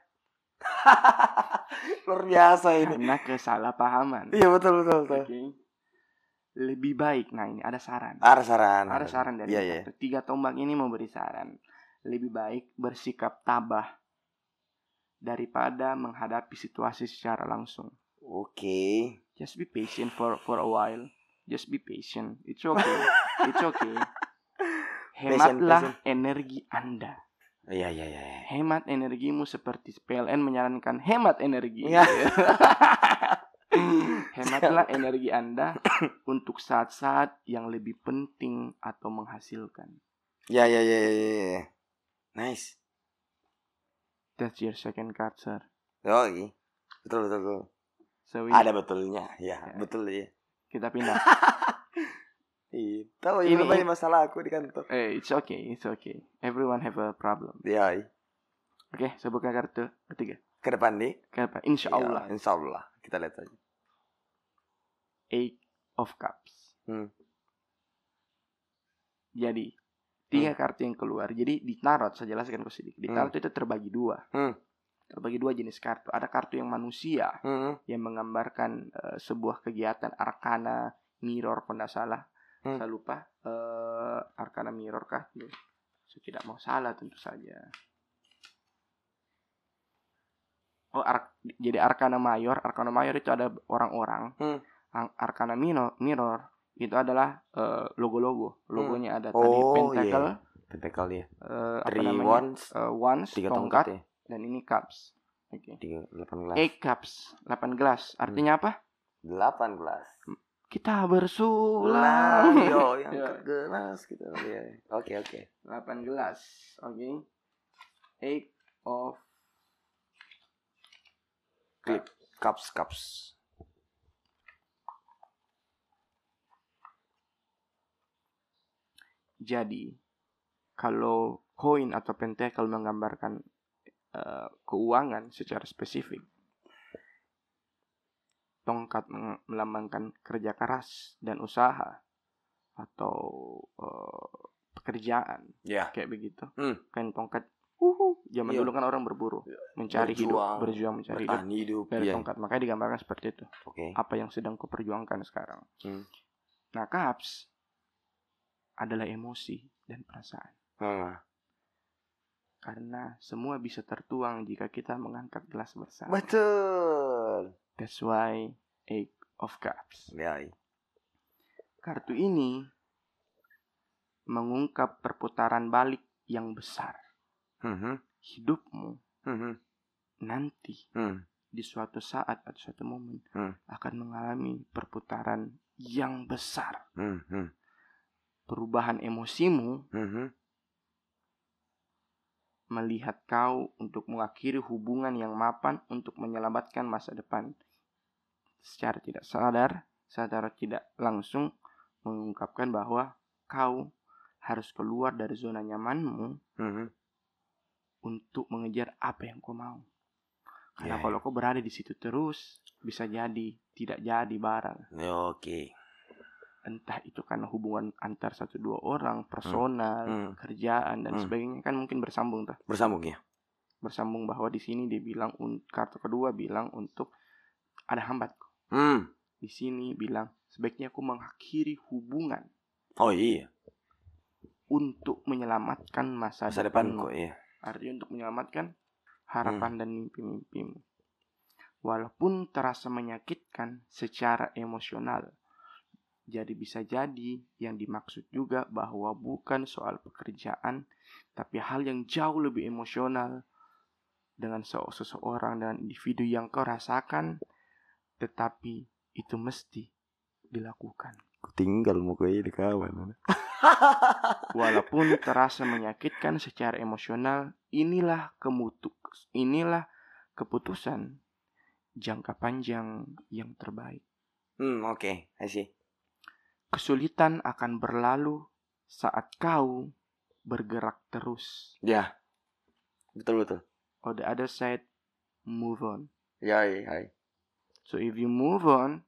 Luar biasa ini. Karena kesalahpahaman. Iya, betul. Okay. Lebih baik, nah ini ada saran. Ada saran dari Tiga Tombak ini memberi saran. Lebih baik bersikap tabah daripada menghadapi situasi secara langsung. Oke. Just be patient for a while. Just be patient. It's okay. It's okay. Hematlah energi Anda. Iya. Hemat energimu seperti PLN menyarankan hemat energi. Ya. Hematlah energi Anda untuk saat-saat yang lebih penting atau menghasilkan. Ya. Nice. That's your second card, sir. Oh, iya. Betul. So ada betulnya, ya. Betul ya. Kita pindah. Tahu ini banyak masalah aku di kantor. It's okay. Everyone have a problem. Ya. Oke, saya buka kartu ketiga. Ke depan nih. Insya Allah. Kita lihat saja. Eight of Cups. Jadi 3 kartu yang keluar. Jadi di tarot, saya jelaskan sedikit. Di tarot itu terbagi 2. Terbagi 2 jenis kartu. Ada kartu yang manusia yang menggambarkan sebuah kegiatan arkana mirror, kalau tidak salah. Saya lupa arkana mirror kah? Saya tidak mau salah tentu saja. Jadi arkana mayor itu ada orang-orang. Arkana mirror itu adalah logonya ada tadi pentacle. Pentacle ya. Three wands, 3 tongkat ya. Dan ini cups. Oke. 8 gelas. 8 cups, 8 gelas. Artinya apa? 8 gelas. Kita bersulang. Yang gelas gitu. Oke. 8 gelas. Oke. 8 of cups. Jadi, kalau koin atau pentacle menggambarkan keuangan secara spesifik, tongkat melambangkan kerja keras dan usaha atau pekerjaan, kayak begitu. Kan tongkat, zaman dulu kan orang berburu, mencari berjuang mencari hidup dari tongkat, makanya digambarkan seperti itu. Apa yang sedang kau perjuangkan sekarang. Nah, cups adalah emosi dan perasaan. Karena semua bisa tertuang jika kita mengangkat gelas bersama. Betul. That's why 8 of Cups. Ya. Kartu ini mengungkap perputaran balik yang besar. Hidupmu nanti di suatu saat atau suatu momen akan mengalami perputaran yang besar. Perubahan emosimu melihat kau untuk mengakhiri hubungan yang mapan untuk menyelamatkan masa depan. Secara tidak sadar, secara tidak langsung mengungkapkan bahwa kau harus keluar dari zona nyamanmu untuk mengejar apa yang kau mau. Karena kalau kau berada di situ terus, bisa jadi tidak jadi barang. Entah itu karena hubungan antar 1-2 orang, personal, kerjaan dan sebagainya, kan mungkin bersambung tuh. Bersambung bahwa di sini dia bilang, kartu kedua bilang untuk ada hambat. Di sini bilang sebaiknya aku mengakhiri hubungan. Untuk menyelamatkan masa depanku. Artinya untuk menyelamatkan harapan dan mimpi-mimpimu. Walaupun terasa menyakitkan secara emosional. Jadi bisa jadi yang dimaksud juga bahwa bukan soal pekerjaan, tapi hal yang jauh lebih emosional dengan seseorang, dengan individu yang kau rasakan, tetapi itu mesti dilakukan. Tinggal mukanya di kawan. Walaupun terasa menyakitkan secara emosional, inilah keputusan jangka panjang yang terbaik. I see. Kesulitan akan berlalu saat kau bergerak terus. Ya, betul. or the other side move on. Hai. So if you move on,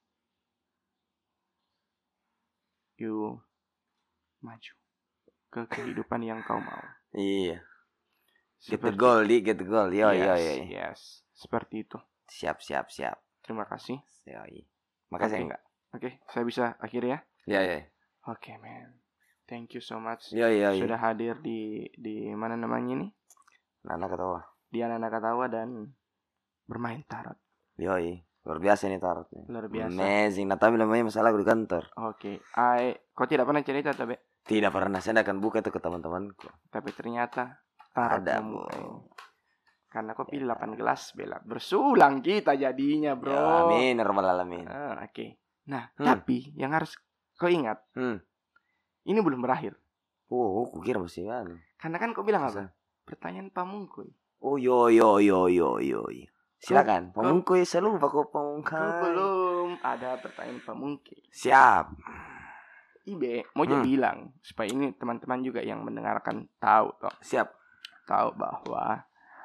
you maju ke kehidupan yang kau mau. Iya. Get the goal. Yes. Seperti itu. Siap. Terima kasih. Makasih enggak? Oke, saya bisa akhir ya? Iya. Oke, man. Thank you so much. Iya. Sudah hadir di mana namanya ini? Anak Ketawa. Di Anak Ketawa dan bermain tarot. Yoi. Luar biasa nih tarotnya. Luar biasa. Amazing. Nah, tapi namanya masalah di kantor. Oke. Kau tidak pernah cerita, tapi? Tidak pernah. Saya akan buka itu ke teman-temanku. Tapi ternyata tarot ada, bro. Karena kau pilih 8 gelas, Bella. Bersulang kita jadinya, bro. Ya, amin. Rabbal alamin. Oke. Nah, tapi yang harus kau ingat. Ini belum berakhir. Aku kira masih kan. Karena kan kau bilang apa? Pertanyaan pamungkuy. Oh, yo. Silakan. Pamungkuy, saya lupa kok pamungkuy. Belum ada pertanyaan pamungkuy. Siap. Ibe mau jadi bilang supaya ini teman-teman juga yang mendengarkan tahu toh. Siap. Tahu bahwa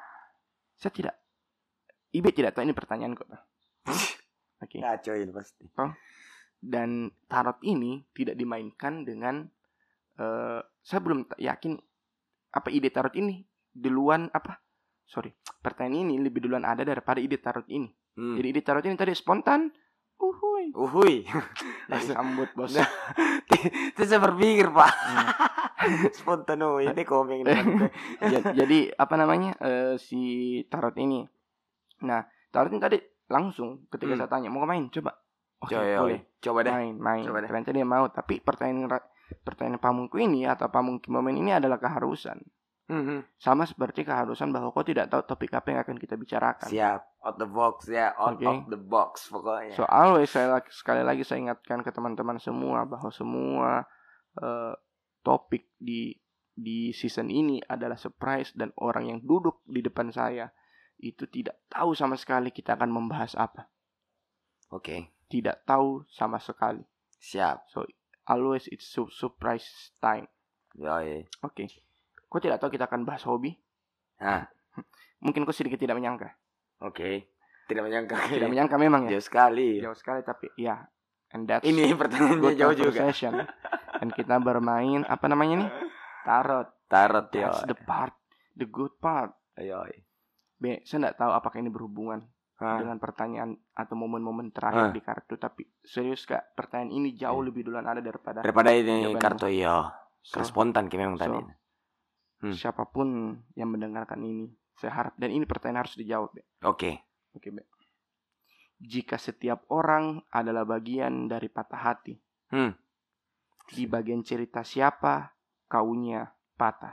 Ibe tidak tahu ini pertanyaan kok. Oke. Ngacoin pasti. Dan tarot ini tidak dimainkan dengan saya belum yakin apa ide tarot ini duluan pertanyaan ini lebih duluan ada daripada ide tarot ini. Jadi ide tarot ini tadi spontan. Uhuy. Sambut bos. Itu saya berpikir, Pak. Spontan ini komeng. Jadi apa namanya si tarot ini. Nah, tarot ini tadi langsung ketika saya tanya mau main coba. Boleh. Coba deh. Main. Ternyata dia mau, tapi pertanyaan pamungku ini atau pamungki momen ini adalah keharusan. Sama seperti keharusan bahwa kau tidak tahu topik apa yang akan kita bicarakan. Siap, out the box ya, out of the box pokoknya. So always sekali lagi saya ingatkan ke teman-teman semua bahwa semua topik di season ini adalah surprise dan orang yang duduk di depan saya itu tidak tahu sama sekali kita akan membahas apa. Oke. Tidak tahu sama sekali. Siap. So always it's surprise time. Oke. Kau tidak tahu kita akan bahas hobi? Mungkin kau sedikit tidak menyangka. Oke. Tidak menyangka. Tidak menyangka memang ya. Jauh sekali tapi ya. And that's ini pertanyaannya jauh juga. Dan kita bermain apa namanya nih? Tarot ya. That's the good part. Saya tidak tahu apakah ini berhubungan dengan pertanyaan atau momen-momen terakhir di kartu, tapi serius Kak, pertanyaan ini jauh lebih duluan ada daripada ini kartu spontan kayak memang tadi. Siapapun yang mendengarkan ini, saya harap dan ini pertanyaan harus dijawab. Oke, Be. Jika setiap orang adalah bagian dari patah hati, di bagian cerita siapa kaunya patah?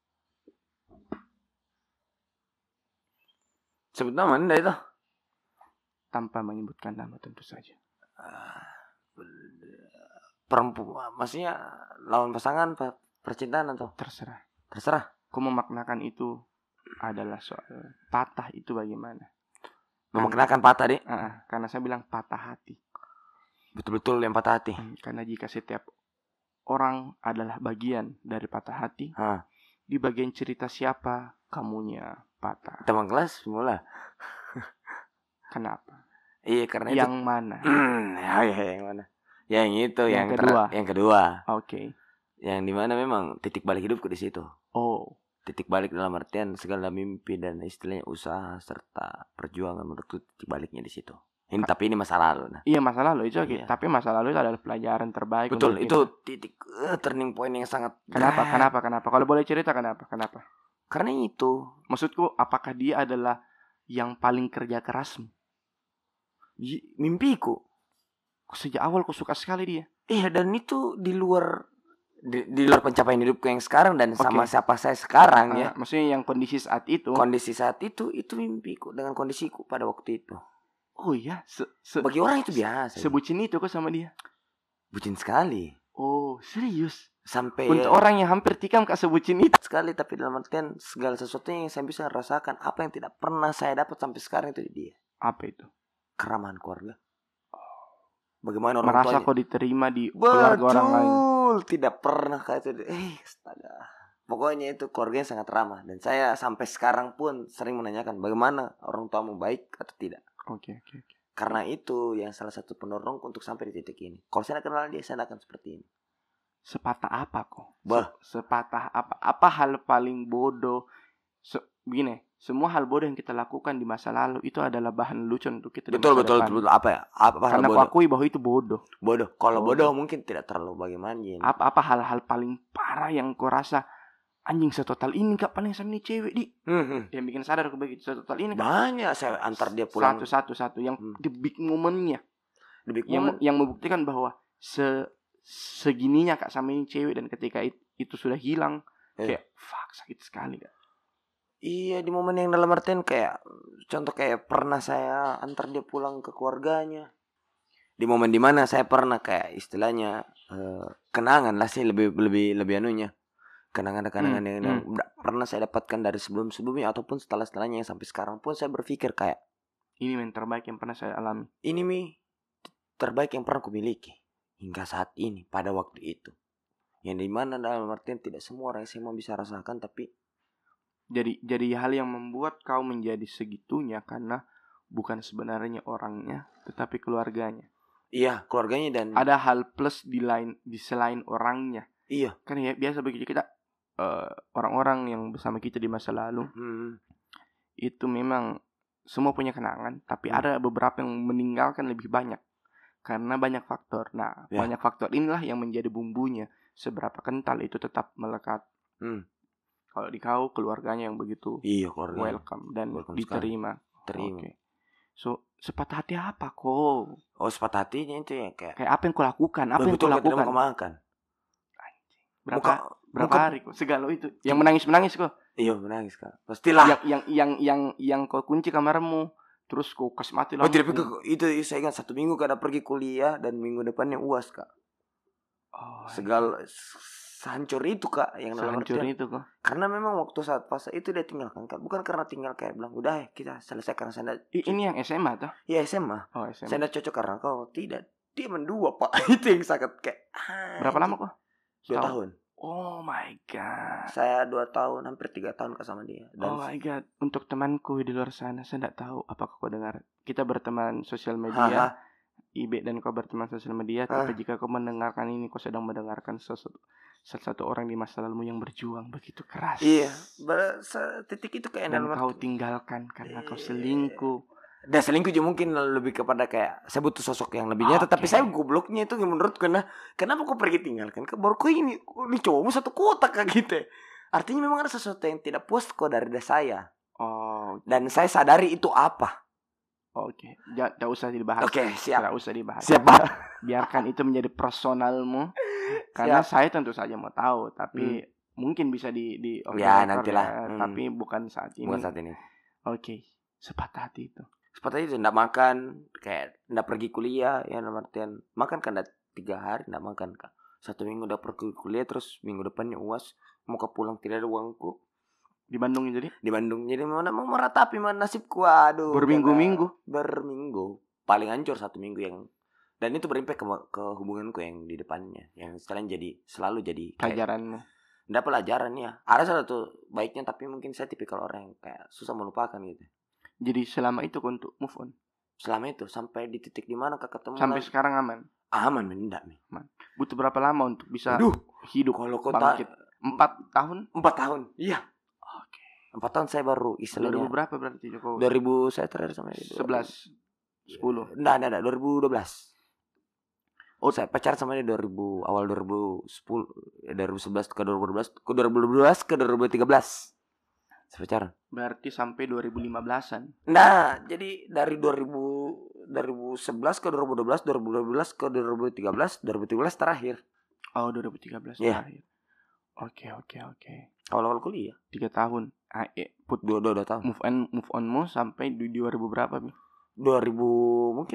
Sebut nama Anda itu. Tanpa menyebutkan nama tentu saja. Perempuan, maksudnya lawan pasangan, percintaan atau? Terserah. Kau memaknakan itu adalah soal patah itu bagaimana? Memaknakan patah deh? Karena saya bilang patah hati. Betul-betul yang patah hati. Karena jika setiap orang adalah bagian dari patah hati, di bagian cerita siapa kamunya patah. Teman kelas semula. Kenapa? Iya karena yang itu. Mana? Yang mana? Yang itu yang kedua. Oke. Yang dimana memang titik balik hidupku di situ. Titik balik dalam artian segala mimpi dan istilahnya usaha serta perjuangan menurutku titik baliknya di situ. Tapi ini masa lalu. Iya masa lalu itu oke. Tapi masa lalu itu adalah pelajaran terbaik. Betul itu titik turning point yang sangat. Kenapa? Kalau boleh cerita kenapa? Karena itu. Maksudku apakah dia adalah yang paling kerja kerasmu? Mimpiku. Sejak awal ku suka sekali dia. Iya dan itu di luar pencapaian hidupku yang sekarang dan sama siapa saya sekarang ya. Maksudnya yang kondisi saat itu itu mimpiku dengan kondisiku pada waktu itu. Oh iya, bagi orang itu biasa. Sebucin itu kok sama dia? Bucin sekali. Oh serius? Sampai untuk orang yang hampir tikam kak sebucin itu sekali, tapi dalam artian segala sesuatu yang saya bisa rasakan, apa yang tidak pernah saya dapat sampai sekarang itu di dia. Apa itu? Keramahan keluarga. Bagaimana orang merasa tuanya kok diterima di keluarga orang lain. Tidak pernah kayak itu. Astaga. Pokoknya itu keluarganya sangat ramah. Dan saya sampai sekarang pun sering menanyakan bagaimana orang tuamu baik atau tidak. Oke. Karena itu yang salah satu pendorong untuk sampai di titik ini. Kalau saya kenal dia, saya akan seperti ini. Sepatah apa kok? Sepatah apa? Apa hal paling bodoh? Begini, semua hal bodoh yang kita lakukan di masa lalu itu adalah bahan lucu untuk kita di masa depan. Betul. Apa ya? Karena aku akui bahwa itu bodoh. Kalau bodoh mungkin tidak terlalu bagaimana. Apa hal-hal paling parah yang kau rasa anjing setotal ini kak paling sama nih cewek di yang bikin sadar aku begitu setotal ini kak. Banyak saya antar dia pulang satu yang the big momennya yang membuktikan bahwa segininya kak sama ini cewek, dan ketika itu sudah hilang kayak fuck sakit sekali kak. Iya, di momen yang dalam artian kayak contoh kayak pernah saya antar dia pulang ke keluarganya. Di momen dimana saya pernah kayak istilahnya kenangan lah sih lebih anunya. Kenangan yang pernah saya dapatkan dari sebelumnya ataupun setelahnya sampai sekarang pun saya berpikir kayak ini yang terbaik yang pernah saya alami. Ini terbaik yang pernah aku miliki hingga saat ini pada waktu itu. Yang dimana dalam artian tidak semua orang yang bisa rasakan, tapi jadi hal yang membuat kau menjadi segitunya karena bukan sebenarnya orangnya tetapi keluarganya. Iya, keluarganya, dan ada hal plus di selain orangnya. Iya. Kan ya biasa begitu kita orang-orang yang bersama kita di masa lalu itu memang semua punya kenangan, tapi ada beberapa yang meninggalkan lebih banyak karena banyak faktor. Nah, banyak faktor inilah yang menjadi bumbunya. Seberapa kental itu tetap melekat. Kalau di kau keluarganya yang begitu welcome dan diterima. Okay. So sepatah hati apa kok? Sepatah hatinya itu ya kayak apa yang kau lakukan? Apa yang kau lakukan? Berapa hari kok segala itu? Yang menangis kok? Iya, menangis kak. Pastilah. Yang kau kunci kamarmu, terus kau kasih mati lampu. Itu saya ingat 1 minggu kada pergi kuliah dan minggu depannya UAS kak. Segala hancur itu kak, yang hancur itu kok. Karena memang waktu saat fase itu dia tinggalkan kak, bukan karena tinggal kayak bilang udah kita selesaikan karena saya. Ini yang SMA tuh? Iya SMA. SMA. Saya tidak cocok karena kau tidak. Dia mendua pak. Itu yang sangat kayak. Berapa lama kok? 2 tahun. Oh my god. Saya 2 tahun, hampir 3 tahun sama dia. Oh my god. Untuk temanku di luar sana, saya tidak tahu apakah kau dengar. Kita berteman sosial media. Ibe dan kau berteman sosial media. Tapi jika kau mendengarkan ini, kau sedang mendengarkan satu orang di masa lalumu yang berjuang begitu keras. Iya, titik itu kayak dan kau tinggalkan karena kau selingkuh. Dan selingkuh juga mungkin lebih kepada kayak saya butuh sosok yang lebih nyata, tapi saya gobloknya itu menurutku kenapa kau pergi tinggalkan? Baru kau ini cowokmu satu kota kayak gitu. Artinya memang ada sesuatu yang tidak puas kok dari saya. Dan saya sadari itu apa. Oke, tidak usah dibahas. Oke, siap. Tidak usah dibahas. Siap. Biarkan itu menjadi personalmu. Karena saya tentu saja mau tahu, tapi mungkin bisa di ya nantilah. Tapi bukan saat ini. Oke, sepatah hati itu. Sepatah itu tidak makan, kayak tidak pergi kuliah, ya artian makan kan 3 hari tidak makan kak. 1 minggu udah pergi kuliah, terus minggu depannya UAS, mau ke pulang tidak ada uangku. Di Bandung jadi? Di Bandung jadi mana mau meratapi mana nasibku, aduh. Berminggu. Paling hancur 1 minggu yang. Dan itu berimpact ke hubunganku yang di depannya, yang sekarang selalu jadi pelajaranmu. Enggak pelajaran ya. Ada satu baiknya, tapi mungkin saya tipikal orang yang kayak susah melupakan gitu. Jadi selama itu untuk move on. Selama itu sampai di titik di mana kak ketemu. Sampai sekarang aman. Aman mendak nih. Butuh berapa lama untuk bisa hidup kalau bangkit? 4 tahun? 4 tahun. Iya. Oke. 4 tahun saya baru istilahnya. 2000 berapa berarti Jokowi? 2000 saya terakhir sama dia. 11. 10. Enggak, 2012. Saya pacaran sama dia awal 2010, 2011 ke 2012, ke 2012 ke 2013. Saya pacaran. Berarti sampai 2015-an. Nah, jadi dari 2011 ke 2012, 2012 ke 2013, 2013 terakhir. 2013 terakhir. Oke. Awal-awal kuliah. 3 tahun. Put 2 tahun. Move onmu sampai di 2000 berapa, Bi? 2000 mungkin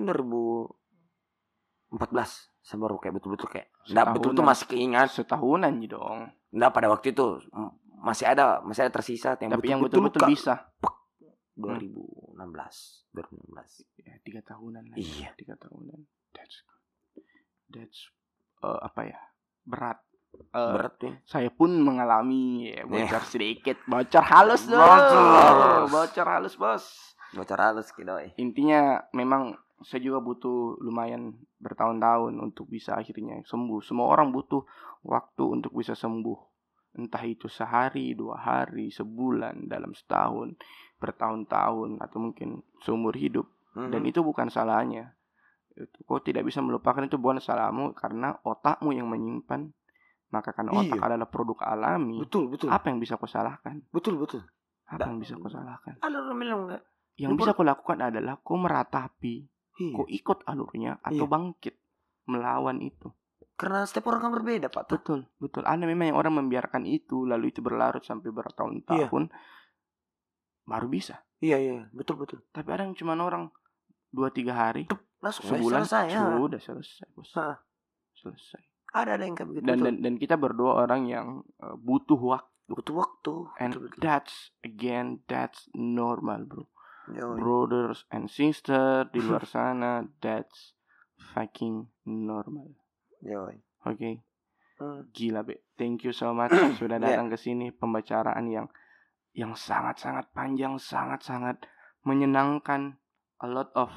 2014. Saya baru kayak betul-betul kayak enggak betul-betul masih keingat. Setahunan dong. Enggak, pada waktu itu masih ada tersisa tapi yang betul-betul bisa. 2016. Ya, 3 tahunan lah. Iya. 3 tahunan. That's berat. berat nih. Saya pun mengalami bocor sedikit, bocor halus loh. Bocor halus, Bos. Bocor halus Kidoy. Intinya memang saya juga butuh lumayan bertahun-tahun untuk bisa akhirnya sembuh. Semua orang butuh waktu untuk bisa sembuh. Entah itu sehari, 2 hari, sebulan, dalam setahun, bertahun-tahun, atau mungkin seumur hidup. Dan itu bukan salahnya. Kau tidak bisa melupakan, itu bukan salahmu, karena otakmu yang menyimpan. Maka karena otak adalah produk alami. Betul. Apa yang bisa kau salahkan? Betul. Apa yang bisa kau salahkan? Ada orang bilang enggak. Yang bisa kau lakukan adalah kau meratapi. Kau ikut alurnya atau bangkit melawan itu. Karena setiap orang kan berbeda, Pak. Betul. Ada memang yang orang membiarkan itu, lalu itu berlarut sampai bertahun-tahun, baru bisa. Iya, betul. Tapi ada yang cuma orang 2-3 hari, langsung sebulan selesai. Sudah selesai, Bos. Selesai. Ada yang kayak begitu. Dan kita berdua orang yang butuh waktu. And betul. That's normal, bro. Yoi. Brothers and sisters di luar sana, that's fucking normal. Yoi. Oke. Gila, Be. Thank you so much sudah datang ke sini. Pembicaraan yang sangat-sangat panjang, sangat-sangat menyenangkan. A lot of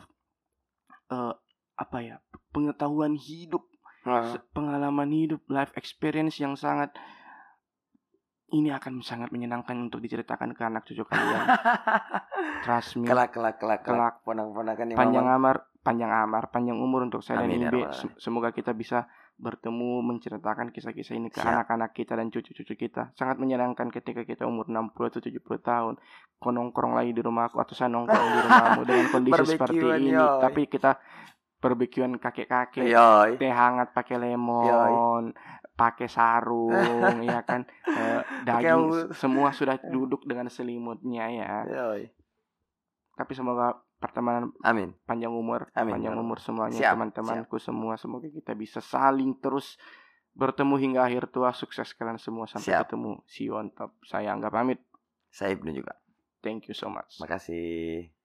pengetahuan hidup, pengalaman hidup, life experience yang sangat ini akan sangat menyenangkan untuk diceritakan ke anak cucu kalian. Trust me. Kelak. Ponang-ponakan yang panjang umur untuk saya dan Ibe. Semoga kita bisa bertemu menceritakan kisah-kisah ini ke anak-anak kita dan cucu-cucu kita. Sangat menyenangkan ketika kita umur 60 atau 70 tahun. Kau nongkrong lagi di rumahku atau saya nongkrong di rumahmu dengan kondisi seperti ini. Tapi kita barbekyuan kakek-kakek, teh hangat pakai lemon, pakai sarung, ya kan, daging semua sudah duduk dengan selimutnya ya. Tapi semoga pertemanan panjang umur, semuanya. Teman-temanku semua, semoga kita bisa saling terus bertemu hingga akhir tua. Sukses kalian semua sampai ketemu. See you on top. Saya Angga pamit. Saya Ibnu juga. Thank you so much. Makasih.